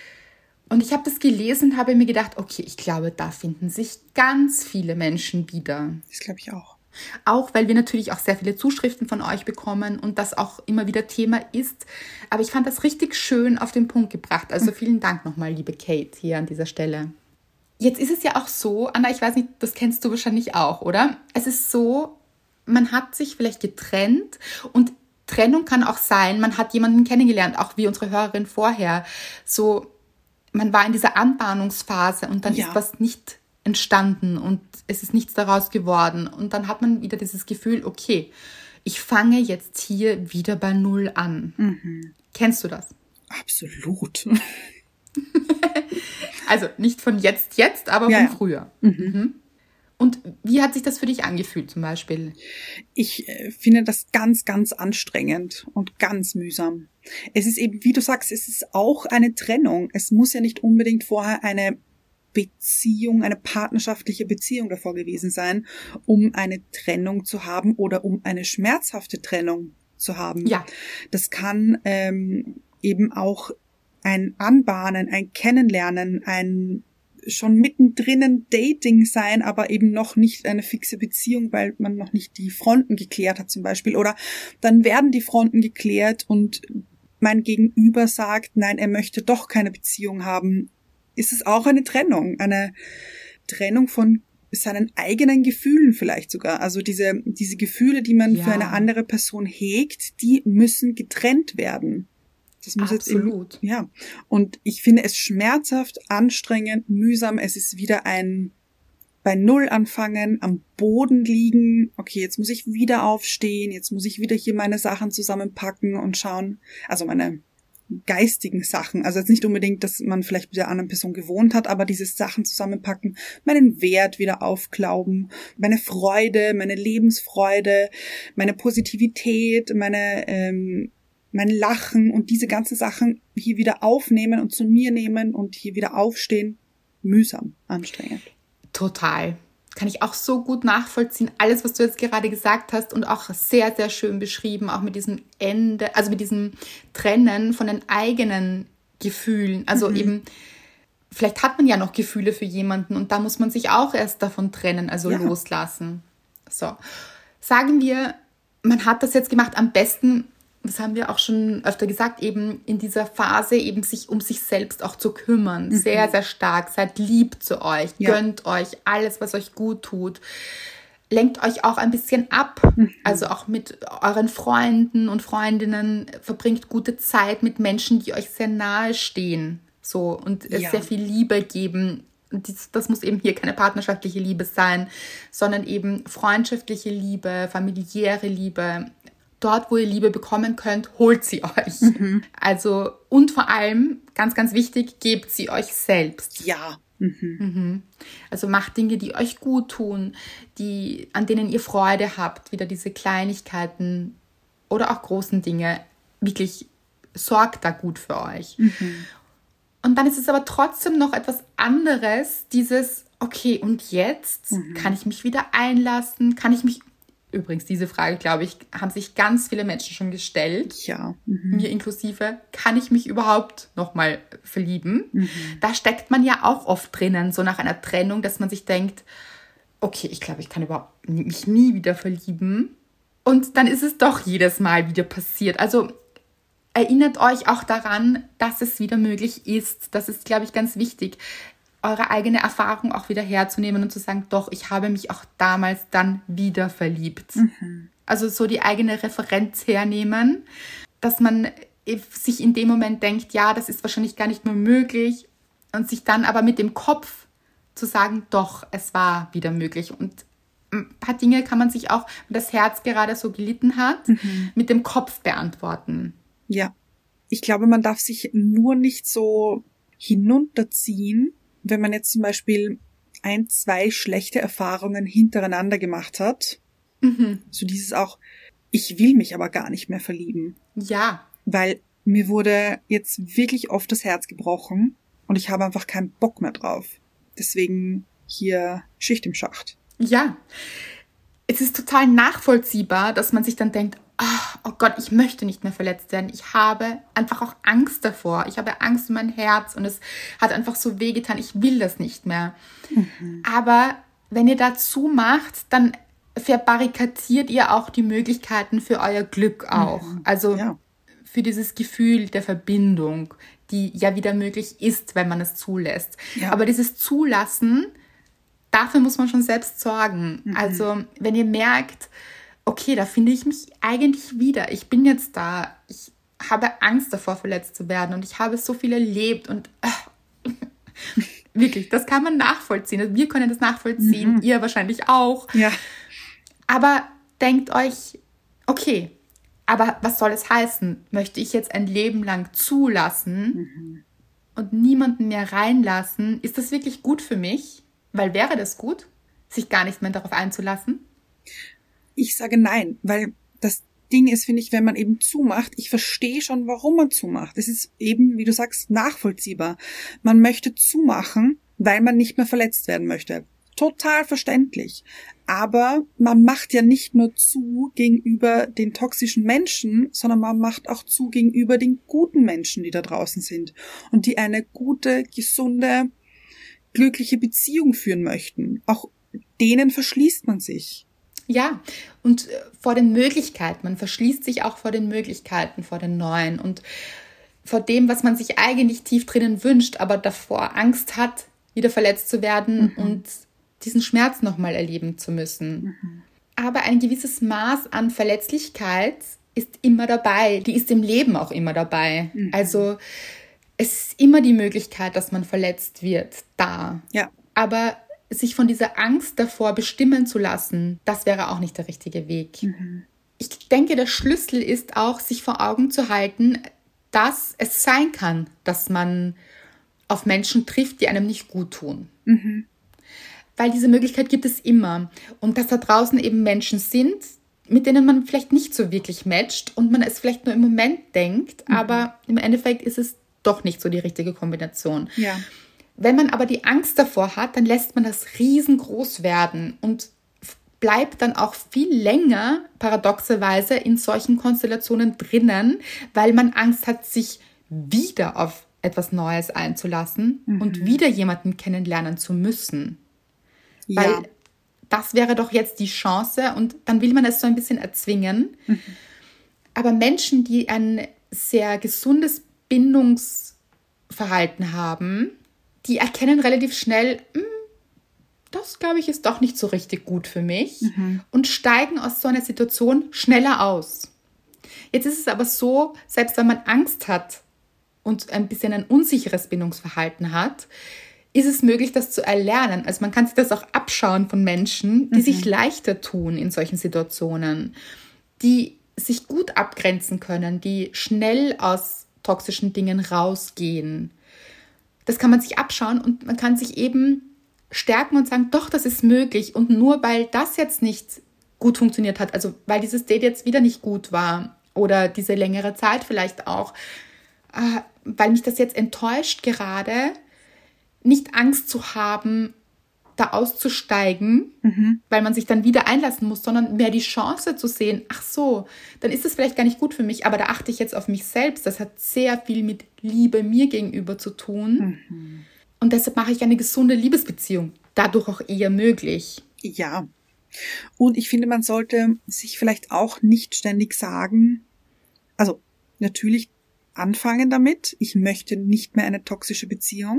Und ich habe das gelesen und habe mir gedacht, okay, ich glaube, da finden sich ganz viele Menschen wieder. Das glaube ich auch. Auch, weil wir natürlich auch sehr viele Zuschriften von euch bekommen und das auch immer wieder Thema ist. Aber ich fand das richtig schön auf den Punkt gebracht. Also vielen Dank nochmal, liebe Kate, hier an dieser Stelle. Jetzt ist es ja auch so, Anna, ich weiß nicht, das kennst du wahrscheinlich auch, oder? Es ist so, man hat sich vielleicht getrennt und Trennung kann auch sein, man hat jemanden kennengelernt, auch wie unsere Hörerin vorher. So, man war in dieser Anbahnungsphase und dann ja. ist was nicht entstanden und es ist nichts daraus geworden. Und dann hat man wieder dieses Gefühl, okay, ich fange jetzt hier wieder bei Null an. Mhm. Kennst du das? Absolut. Also nicht von jetzt, jetzt, aber ja, von ja. früher. Mhm. Und wie hat sich das für dich angefühlt zum Beispiel? Ich äh, finde das ganz, ganz anstrengend und ganz mühsam. Es ist eben, wie du sagst, es ist auch eine Trennung. Es muss ja nicht unbedingt vorher eine Beziehung, eine partnerschaftliche Beziehung davor gewesen sein, um eine Trennung zu haben oder um eine schmerzhafte Trennung zu haben. Ja. Das kann ähm, eben auch ein Anbahnen, ein Kennenlernen, ein schon mittendrin Dating sein, aber eben noch nicht eine fixe Beziehung, weil man noch nicht die Fronten geklärt hat zum Beispiel. Oder dann werden die Fronten geklärt und mein Gegenüber sagt, nein, er möchte doch keine Beziehung haben. Ist es auch eine Trennung, eine Trennung von seinen eigenen Gefühlen vielleicht sogar. Also diese, diese Gefühle, die man Ja. für eine andere Person hegt, die müssen getrennt werden. Das muss Absolut. jetzt eben, ja. Und ich finde es schmerzhaft, anstrengend, mühsam. Es ist wieder ein bei Null anfangen, am Boden liegen. Okay, jetzt muss ich wieder aufstehen. Jetzt muss ich wieder hier meine Sachen zusammenpacken und schauen. Also meine geistigen Sachen. Also jetzt nicht unbedingt, dass man vielleicht mit der anderen Person gewohnt hat, aber dieses Sachen zusammenpacken, meinen Wert wieder aufglauben, meine Freude, meine Lebensfreude, meine Positivität, meine ähm, mein Lachen und diese ganzen Sachen hier wieder aufnehmen und zu mir nehmen und hier wieder aufstehen, mühsam, anstrengend. Total. Kann ich auch so gut nachvollziehen. Alles, was du jetzt gerade gesagt hast und auch sehr, sehr schön beschrieben, auch mit diesem Ende, also mit diesem Trennen von den eigenen Gefühlen. Also mhm. eben, vielleicht hat man ja noch Gefühle für jemanden und da muss man sich auch erst davon trennen, also ja. loslassen. So. Sagen wir, man hat das jetzt gemacht, am besten, das haben wir auch schon öfter gesagt, eben in dieser Phase eben sich um sich selbst auch zu kümmern. Mhm. Sehr, sehr stark. Seid lieb zu euch. Ja. Gönnt euch alles, was euch gut tut. Lenkt euch auch ein bisschen ab. Mhm. Also auch mit euren Freunden und Freundinnen. Verbringt gute Zeit mit Menschen, die euch sehr nahe stehen. So, und ja. sehr viel Liebe geben. Das, das muss eben hier keine partnerschaftliche Liebe sein, sondern eben freundschaftliche Liebe, familiäre Liebe. Dort, wo ihr Liebe bekommen könnt, holt sie euch. Mhm. Also, und vor allem, ganz, ganz wichtig, gebt sie euch selbst. Ja. Mhm. Mhm. Also macht Dinge, die euch gut tun, die, an denen ihr Freude habt. Wieder diese Kleinigkeiten oder auch großen Dinge. Wirklich sorgt da gut für euch. Mhm. Und dann ist es aber trotzdem noch etwas anderes, dieses, okay, und jetzt mhm. kann ich mich wieder einlassen, kann ich mich Übrigens, diese Frage, glaube ich, haben sich ganz viele Menschen schon gestellt. Ja. Mhm. Mir inklusive. Kann ich mich überhaupt nochmal verlieben? Mhm. Da steckt man ja auch oft drinnen, so nach einer Trennung, dass man sich denkt, okay, ich glaube, ich kann überhaupt mich nie wieder verlieben. Und dann ist es doch jedes Mal wieder passiert. Also erinnert euch auch daran, dass es wieder möglich ist. Das ist, glaube ich, ganz wichtig, eure eigene Erfahrung auch wieder herzunehmen und zu sagen, doch, ich habe mich auch damals dann wieder verliebt. Mhm. Also so die eigene Referenz hernehmen, dass man sich in dem Moment denkt, ja, das ist wahrscheinlich gar nicht mehr möglich und sich dann aber mit dem Kopf zu sagen, doch, es war wieder möglich. Und ein paar Dinge kann man sich auch, wenn das Herz gerade so gelitten hat, mhm. mit dem Kopf beantworten. Ja, ich glaube, man darf sich nur nicht so hinunterziehen, wenn man jetzt zum Beispiel ein, zwei schlechte Erfahrungen hintereinander gemacht hat. Mhm. So dieses auch, ich will mich aber gar nicht mehr verlieben. Ja. Weil mir wurde jetzt wirklich oft das Herz gebrochen und ich habe einfach keinen Bock mehr drauf. Deswegen hier Schicht im Schacht. Ja. Es ist total nachvollziehbar, dass man sich dann denkt, oh Gott, ich möchte nicht mehr verletzt werden. Ich habe einfach auch Angst davor. Ich habe Angst um mein Herz und es hat einfach so wehgetan. Ich will das nicht mehr. Mhm. Aber wenn ihr dazu macht, dann verbarrikadiert ihr auch die Möglichkeiten für euer Glück auch. Mhm. Also ja. für dieses Gefühl der Verbindung, die ja wieder möglich ist, wenn man es zulässt. Ja. Aber dieses Zulassen, dafür muss man schon selbst sorgen. Mhm. Also wenn ihr merkt, okay, da finde ich mich eigentlich wieder. Ich bin jetzt da. Ich habe Angst davor, verletzt zu werden. Und ich habe so viel erlebt. Und äh, wirklich, das kann man nachvollziehen. Wir können das nachvollziehen. Mhm. Ihr wahrscheinlich auch. Ja. Aber denkt euch, okay, aber was soll es heißen? Möchte ich jetzt ein Leben lang zulassen mhm. und niemanden mehr reinlassen? Ist das wirklich gut für mich? Weil wäre das gut? sich gar nicht mehr darauf einzulassen? Ich sage nein, weil das Ding ist, finde ich, wenn man eben zumacht, ich verstehe schon, warum man zumacht. Es ist eben, wie du sagst, nachvollziehbar. Man möchte zumachen, weil man nicht mehr verletzt werden möchte. Total verständlich. Aber man macht ja nicht nur zu gegenüber den toxischen Menschen, sondern man macht auch zu gegenüber den guten Menschen, die da draußen sind und die eine gute, gesunde, glückliche Beziehung führen möchten. Auch denen verschließt man sich. Ja, und vor den Möglichkeiten. Man verschließt sich auch vor den Möglichkeiten, vor den Neuen und vor dem, was man sich eigentlich tief drinnen wünscht, aber davor Angst hat, wieder verletzt zu werden mhm. und diesen Schmerz nochmal erleben zu müssen. Mhm. Aber ein gewisses Maß an Verletzlichkeit ist immer dabei. Die ist im Leben auch immer dabei. Mhm. Also es ist immer die Möglichkeit, dass man verletzt wird, da. Ja. Aber sich von dieser Angst davor bestimmen zu lassen, das wäre auch nicht der richtige Weg. Mhm. Ich denke, der Schlüssel ist auch, sich vor Augen zu halten, dass es sein kann, dass man auf Menschen trifft, die einem nicht gut tun. Mhm. Weil diese Möglichkeit gibt es immer. Und dass da draußen eben Menschen sind, mit denen man vielleicht nicht so wirklich matcht und man es vielleicht nur im Moment denkt, mhm. aber im Endeffekt ist es doch nicht so die richtige Kombination. Ja. Wenn man aber die Angst davor hat, dann lässt man das riesengroß werden und bleibt dann auch viel länger, paradoxerweise, in solchen Konstellationen drinnen, weil man Angst hat, sich wieder auf etwas Neues einzulassen mhm. und wieder jemanden kennenlernen zu müssen. Ja. Weil das wäre doch jetzt die Chance und dann will man es so ein bisschen erzwingen. Mhm. Aber Menschen, die ein sehr gesundes Bindungsverhalten haben, die erkennen relativ schnell, das, glaube ich, ist doch nicht so richtig gut für mich mhm. und steigen aus so einer Situation schneller aus. Jetzt ist es aber so, selbst wenn man Angst hat und ein bisschen ein unsicheres Bindungsverhalten hat, ist es möglich, das zu erlernen. Also man kann sich das auch abschauen von Menschen, die mhm. sich leichter tun in solchen Situationen, die sich gut abgrenzen können, die schnell aus toxischen Dingen rausgehen. Das kann man sich abschauen und man kann sich eben stärken und sagen, doch, das ist möglich. Und nur weil das jetzt nicht gut funktioniert hat, also weil dieses Date jetzt wieder nicht gut war oder diese längere Zeit vielleicht auch, äh, weil mich das jetzt enttäuscht gerade, nicht Angst zu haben, da auszusteigen, mhm. weil man sich dann wieder einlassen muss, sondern mehr die Chance zu sehen, ach so, dann ist es vielleicht gar nicht gut für mich, aber da achte ich jetzt auf mich selbst. Das hat sehr viel mit Liebe mir gegenüber zu tun. Mhm. Und deshalb mache ich eine gesunde Liebesbeziehung dadurch auch eher möglich. Ja. Und ich finde, man sollte sich vielleicht auch nicht ständig sagen, also natürlich anfangen damit, ich möchte nicht mehr eine toxische Beziehung,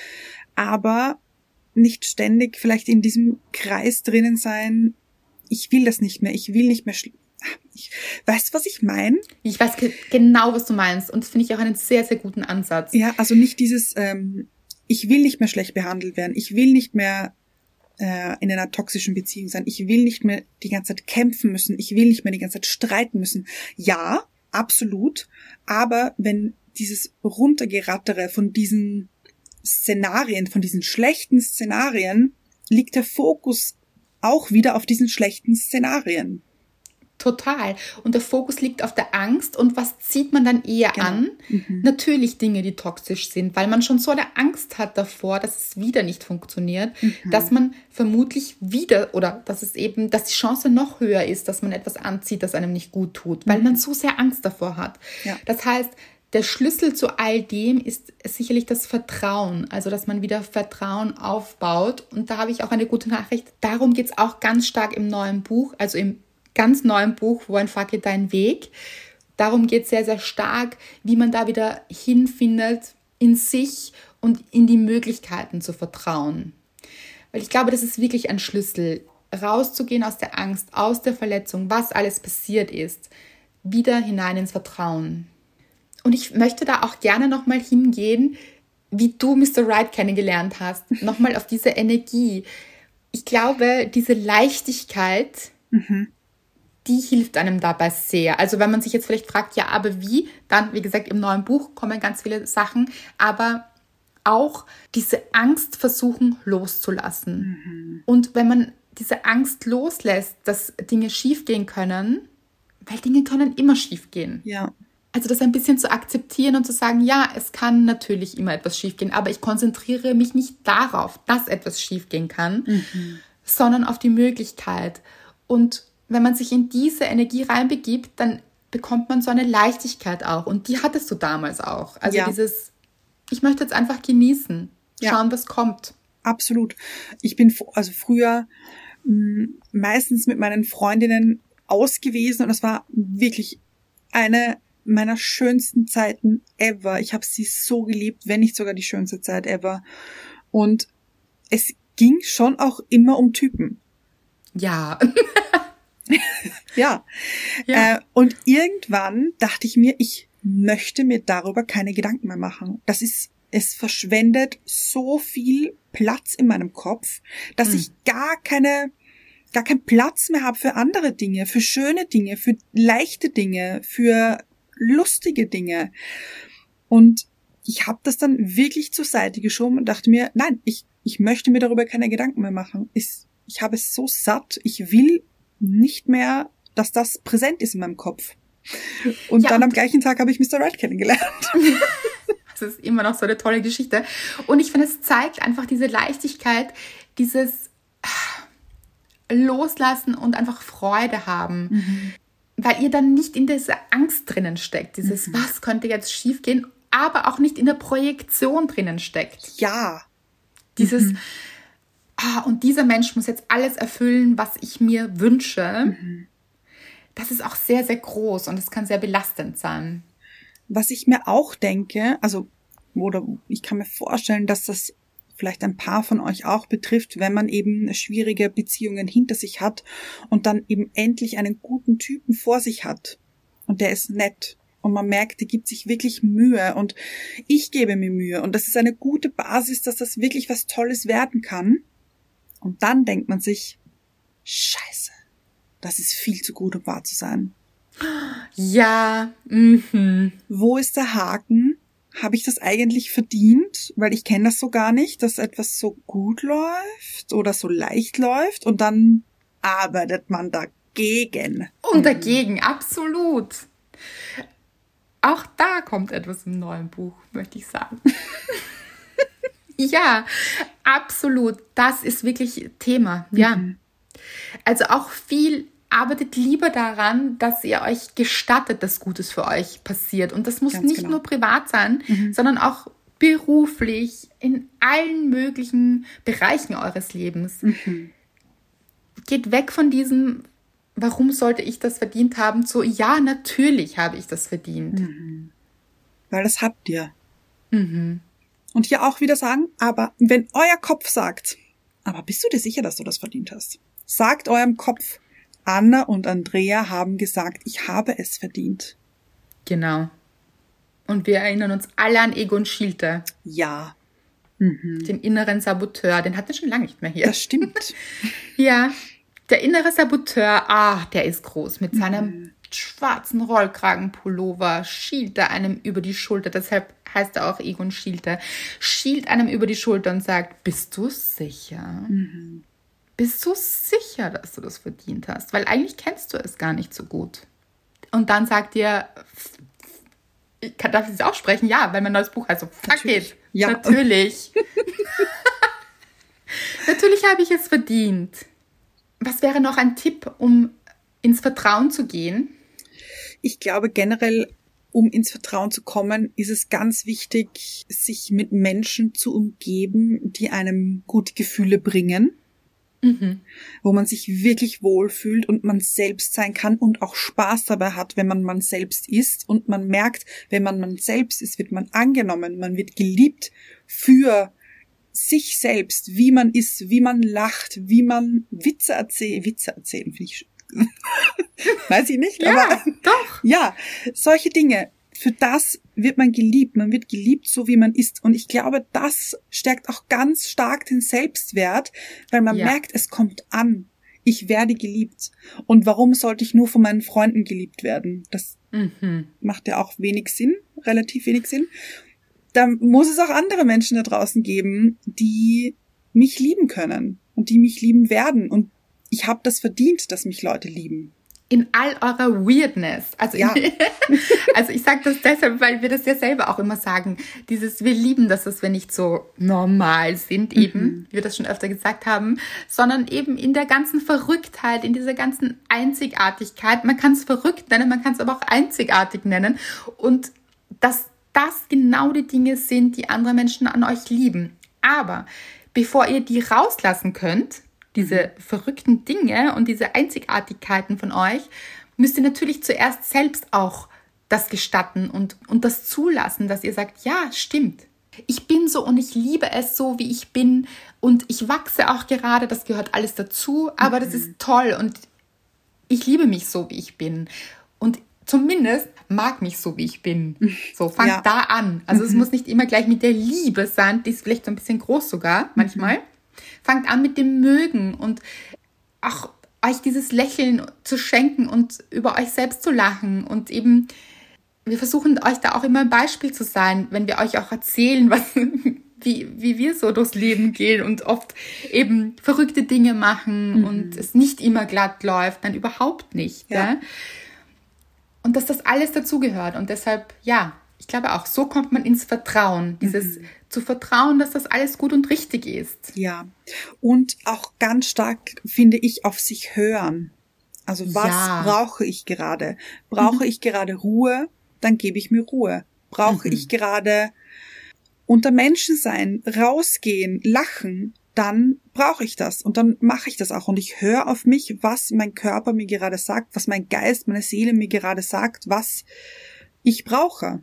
aber nicht ständig vielleicht in diesem Kreis drinnen sein, ich will das nicht mehr, ich will nicht mehr, schl- ich, weißt du, was ich meine? Ich weiß ge- genau, was du meinst und das finde ich auch einen sehr, sehr guten Ansatz. Ja, also nicht dieses, ähm, ich will nicht mehr schlecht behandelt werden, ich will nicht mehr äh, in einer toxischen Beziehung sein, ich will nicht mehr die ganze Zeit kämpfen müssen, ich will nicht mehr die ganze Zeit streiten müssen. Ja, absolut, aber wenn dieses Runtergerattere von diesen Szenarien, von diesen schlechten Szenarien, liegt der Fokus auch wieder auf diesen schlechten Szenarien. Total. Und der Fokus liegt auf der Angst. Und was zieht man dann eher genau. an? Mhm. Natürlich Dinge, die toxisch sind, weil man schon so eine Angst hat davor, dass es wieder nicht funktioniert, mhm. dass man vermutlich wieder oder dass es eben, dass die Chance noch höher ist, dass man etwas anzieht, das einem nicht gut tut, weil mhm. man so sehr Angst davor hat. Ja. Das heißt, der Schlüssel zu all dem ist sicherlich das Vertrauen, also dass man wieder Vertrauen aufbaut. Und da habe ich auch eine gute Nachricht. Darum geht es auch ganz stark im neuen Buch, also im ganz neuen Buch, Wo entfacke dein Weg. Darum geht es sehr, sehr stark, wie man da wieder hinfindet in sich und in die Möglichkeiten zu vertrauen. Weil ich glaube, das ist wirklich ein Schlüssel, rauszugehen aus der Angst, aus der Verletzung, was alles passiert ist, wieder hinein ins Vertrauen. Und ich möchte da auch gerne nochmal hingehen, wie du Mister Right kennengelernt hast. Nochmal auf diese Energie. Ich glaube, diese Leichtigkeit, mhm. die hilft einem dabei sehr. Also wenn man sich jetzt vielleicht fragt, ja, aber wie? Dann, wie gesagt, im neuen Buch kommen ganz viele Sachen. Aber auch diese Angst versuchen loszulassen. Mhm. Und wenn man diese Angst loslässt, dass Dinge schiefgehen können, weil Dinge können immer schiefgehen. Ja. Also das ein bisschen zu akzeptieren und zu sagen, ja, es kann natürlich immer etwas schiefgehen, aber ich konzentriere mich nicht darauf, dass etwas schiefgehen kann, mhm. sondern auf die Möglichkeit. Und wenn man sich in diese Energie reinbegibt, dann bekommt man so eine Leichtigkeit auch. Und die hattest du damals auch. Also ja. dieses, ich möchte jetzt einfach genießen, schauen, ja. was kommt. Absolut. Ich bin also früher mh, meistens mit meinen Freundinnen aus gewesen und das war wirklich eine meiner schönsten Zeiten ever. Ich habe sie so geliebt, wenn nicht sogar die schönste Zeit ever. Und es ging schon auch immer um Typen. Ja. ja. ja. Äh, und irgendwann dachte ich mir, ich möchte mir darüber keine Gedanken mehr machen. Das ist, es verschwendet so viel Platz in meinem Kopf, dass hm. ich gar keine, gar keinen Platz mehr habe für andere Dinge, für schöne Dinge, für leichte Dinge, für lustige Dinge. Und ich habe das dann wirklich zur Seite geschoben und dachte mir, nein, ich, ich möchte mir darüber keine Gedanken mehr machen. Ich, ich habe es so satt, ich will nicht mehr, dass das präsent ist in meinem Kopf. Und ja, dann und am gleichen Tag habe ich Mister Right kennengelernt. Das ist immer noch so eine tolle Geschichte. Und ich finde, es zeigt einfach diese Leichtigkeit, dieses Loslassen und einfach Freude haben. Mhm. Weil ihr dann nicht in dieser Angst drinnen steckt. Dieses, mhm. was könnte jetzt schiefgehen, aber auch nicht in der Projektion drinnen steckt. Ja. Dieses, mhm. ah, und dieser Mensch muss jetzt alles erfüllen, was ich mir wünsche. Mhm. Das ist auch sehr, sehr groß und es kann sehr belastend sein. Was ich mir auch denke, also, oder ich kann mir vorstellen, dass das vielleicht ein paar von euch auch betrifft, wenn man eben schwierige Beziehungen hinter sich hat und dann eben endlich einen guten Typen vor sich hat. Und der ist nett. Und man merkt, der gibt sich wirklich Mühe. Und ich gebe mir Mühe. Und das ist eine gute Basis, dass das wirklich was Tolles werden kann. Und dann denkt man sich, Scheiße, das ist viel zu gut, um wahr zu sein. Ja. Mhm. Wo ist der Haken? Habe ich das eigentlich verdient? Weil ich kenne das so gar nicht, dass etwas so gut läuft oder so leicht läuft und dann arbeitet man dagegen. Und dagegen, absolut. Auch da kommt etwas im neuen Buch, möchte ich sagen. Ja, absolut. Das ist wirklich Thema, ja. Mhm. Also auch viel arbeitet lieber daran, dass ihr euch gestattet, dass Gutes für euch passiert. Und das muss Ganz nicht genau. nur privat sein, mhm. sondern auch beruflich, in allen möglichen Bereichen eures Lebens. Mhm. Geht weg von diesem, warum sollte ich das verdient haben, zu, ja, natürlich habe ich das verdient. Mhm. Weil das habt ihr. Mhm. Und hier auch wieder sagen, aber wenn euer Kopf sagt, aber bist du dir sicher, dass du das verdient hast? Sagt eurem Kopf, Anna und Andrea haben gesagt, ich habe es verdient. Genau. Und wir erinnern uns alle an Egon Schiele. Ja. Mhm. Den inneren Saboteur, den hat er schon lange nicht mehr hier. Das stimmt. Ja, der innere Saboteur, ah, der ist groß. Mit seinem mhm. schwarzen Rollkragenpullover schielt er einem über die Schulter. Deshalb heißt er auch Egon Schiele. Schielt einem über die Schulter und sagt, bist du sicher? Mhm. Bist du sicher, dass du das verdient hast? Weil eigentlich kennst du es gar nicht so gut. Und dann sagt dir, ich kann, darf ich das aussprechen? Ja, weil mein neues Buch heißt so, fuck it. Ja. Natürlich. Natürlich habe ich es verdient. Was wäre noch ein Tipp, um ins Vertrauen zu gehen? Ich glaube generell, um ins Vertrauen zu kommen, ist es ganz wichtig, sich mit Menschen zu umgeben, die einem gute Gefühle bringen. Mhm. Wo man sich wirklich wohlfühlt und man selbst sein kann und auch Spaß dabei hat, wenn man man selbst ist. Und man merkt, wenn man man selbst ist, wird man angenommen, man wird geliebt für sich selbst, wie man ist, wie man lacht, wie man Witze erzählt. Witze erzählen, finde ich weiß ich nicht, ja, aber doch. Ja, solche Dinge. Für das wird man geliebt. Man wird geliebt, so wie man ist. Und ich glaube, das stärkt auch ganz stark den Selbstwert, weil man ja. merkt, es kommt an. Ich werde geliebt. Und warum sollte ich nur von meinen Freunden geliebt werden? Das mhm. macht ja auch wenig Sinn, relativ wenig Sinn. da muss es auch andere Menschen da draußen geben, die mich lieben können und die mich lieben werden. Und ich habe das verdient, dass mich Leute lieben. In all eurer Weirdness. Also, ja. in, also ich sage das deshalb, weil wir das ja selber auch immer sagen. Dieses, wir lieben das, dass wir nicht so normal sind eben, mhm. wie wir das schon öfter gesagt haben, sondern eben in der ganzen Verrücktheit, in dieser ganzen Einzigartigkeit. Man kann es verrückt nennen, man kann es aber auch einzigartig nennen. Und dass das genau die Dinge sind, die andere Menschen an euch lieben. Aber bevor ihr die rauslassen könnt, diese verrückten Dinge und diese Einzigartigkeiten von euch, müsst ihr natürlich zuerst selbst auch das gestatten und, und das zulassen, dass ihr sagt, ja, stimmt. Ich bin so und ich liebe es so, wie ich bin und ich wachse auch gerade, das gehört alles dazu, aber mhm. das ist toll und ich liebe mich so, wie ich bin und zumindest mag mich so, wie ich bin. So, fangt ja. da an. Also mhm. es muss nicht immer gleich mit der Liebe sein, die ist vielleicht so ein bisschen groß sogar, manchmal. Mhm. Fangt an mit dem Mögen und auch euch dieses Lächeln zu schenken und über euch selbst zu lachen. Und eben, wir versuchen euch da auch immer ein Beispiel zu sein, wenn wir euch auch erzählen, was, wie, wie wir so durchs Leben gehen und oft eben verrückte Dinge machen mhm. und es nicht immer glatt läuft, nein, überhaupt nicht. Ja. Ja? Und dass das alles dazugehört. Und deshalb, ja, ich glaube auch, so kommt man ins Vertrauen. Dieses mhm. zu vertrauen, dass das alles gut und richtig ist. Ja, und auch ganz stark, finde ich, auf sich hören. Also was ja. brauche ich gerade? Brauche mhm. ich gerade Ruhe? Dann gebe ich mir Ruhe. Brauche mhm. ich gerade unter Menschen sein, rausgehen, lachen? Dann brauche ich das und dann mache ich das auch. Und ich höre auf mich, was mein Körper mir gerade sagt, was mein Geist, meine Seele mir gerade sagt, was ich brauche.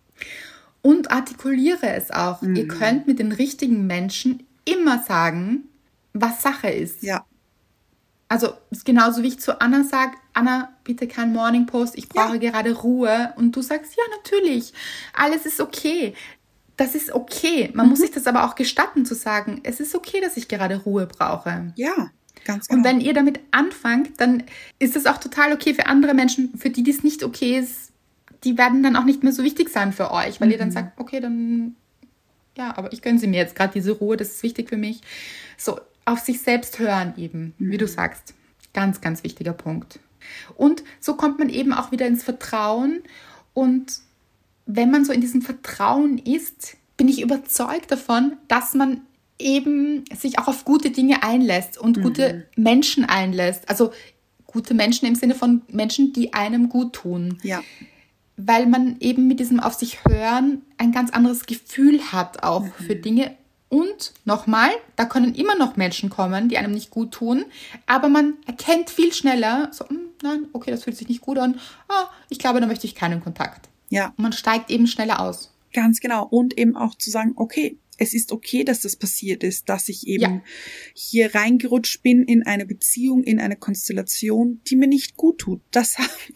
Und artikuliere es auch. Mhm. Ihr könnt mit den richtigen Menschen immer sagen, was Sache ist. Ja. Also ist genauso wie ich zu Anna sage, Anna, bitte kein Morning Post, ich brauche ja. gerade Ruhe. Und du sagst, ja, natürlich, alles ist okay. Das ist okay. Man mhm. muss sich das aber auch gestatten zu sagen, es ist okay, dass ich gerade Ruhe brauche. Ja, ganz genau. Und wenn ihr damit anfangt, dann ist das auch total okay für andere Menschen, für die dies nicht okay ist. Die werden dann auch nicht mehr so wichtig sein für euch, weil mhm. ihr dann sagt, okay, dann, ja, aber ich gönne sie mir jetzt gerade diese Ruhe, das ist wichtig für mich. So, auf sich selbst hören eben, mhm. wie du sagst. Ganz, ganz wichtiger Punkt. Und so kommt man eben auch wieder ins Vertrauen. Und wenn man so in diesem Vertrauen ist, bin ich überzeugt davon, dass man eben sich auch auf gute Dinge einlässt und mhm. gute Menschen einlässt. Also gute Menschen im Sinne von Menschen, die einem gut tun. Ja. Weil man eben mit diesem auf sich hören ein ganz anderes Gefühl hat auch mhm. für Dinge. Und nochmal, da können immer noch Menschen kommen, die einem nicht gut tun, aber man erkennt viel schneller, so, nein, okay, das fühlt sich nicht gut an, ah, ich glaube, da möchte ich keinen Kontakt. Ja. Und man steigt eben schneller aus. Ganz genau. Und eben auch zu sagen, okay, es ist okay, dass das passiert ist, dass ich eben ja. hier reingerutscht bin in eine Beziehung, in eine Konstellation, die mir nicht gut tut. Das,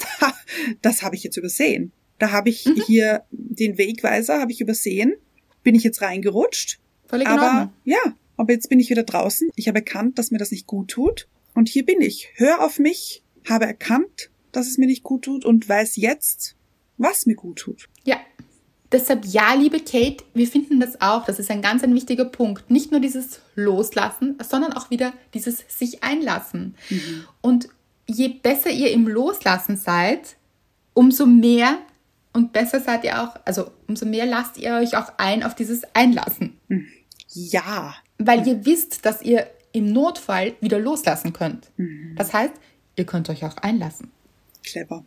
das habe ich jetzt übersehen. Da habe ich mhm. hier den Wegweiser, habe ich übersehen, bin ich jetzt reingerutscht. Völlig aber in Ordnung. Ja, aber jetzt bin ich wieder draußen. Ich habe erkannt, dass mir das nicht gut tut. Und hier bin ich. Hör auf mich, habe erkannt, dass es mir nicht gut tut und weiß jetzt, was mir gut tut. Ja. Deshalb, ja, liebe Kate, wir finden das auch, das ist ein ganz ein wichtiger Punkt. Nicht nur dieses Loslassen, sondern auch wieder dieses sich einlassen. Mhm. Und je besser ihr im Loslassen seid, umso mehr und besser seid ihr auch, also umso mehr lasst ihr euch auch ein auf dieses Einlassen. Ja. Weil mhm. ihr wisst, dass ihr im Notfall wieder loslassen könnt. Mhm. Das heißt, ihr könnt euch auch einlassen. Clever.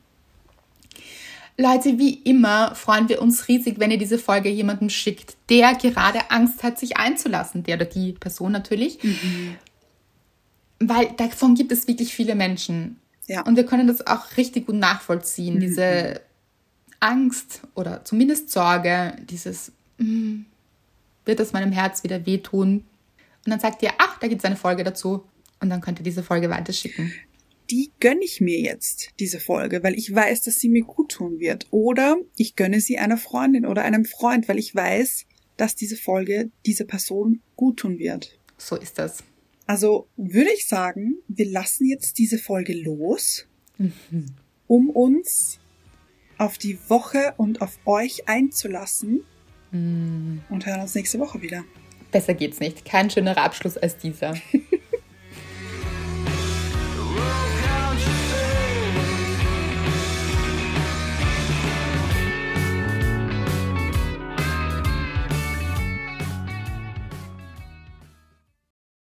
Leute, wie immer freuen wir uns riesig, wenn ihr diese Folge jemandem schickt, der gerade Angst hat, sich einzulassen. Der oder die Person natürlich. Mhm. Weil davon gibt es wirklich viele Menschen. Ja. Und wir können das auch richtig gut nachvollziehen. Mhm. Diese Angst oder zumindest Sorge, dieses, mm, wird das meinem Herz wieder wehtun? Und dann sagt ihr, ach, da gibt es eine Folge dazu. Und dann könnt ihr diese Folge weiterschicken. Die gönne ich mir jetzt, diese Folge, weil ich weiß, dass sie mir gut tun wird. Oder ich gönne sie einer Freundin oder einem Freund, weil ich weiß, dass diese Folge dieser Person gut tun wird. So ist das. Also würde ich sagen, wir lassen jetzt diese Folge los, mhm. um uns auf die Woche und auf euch einzulassen. Und hören uns nächste Woche wieder. Besser geht's nicht. Kein schönerer Abschluss als dieser.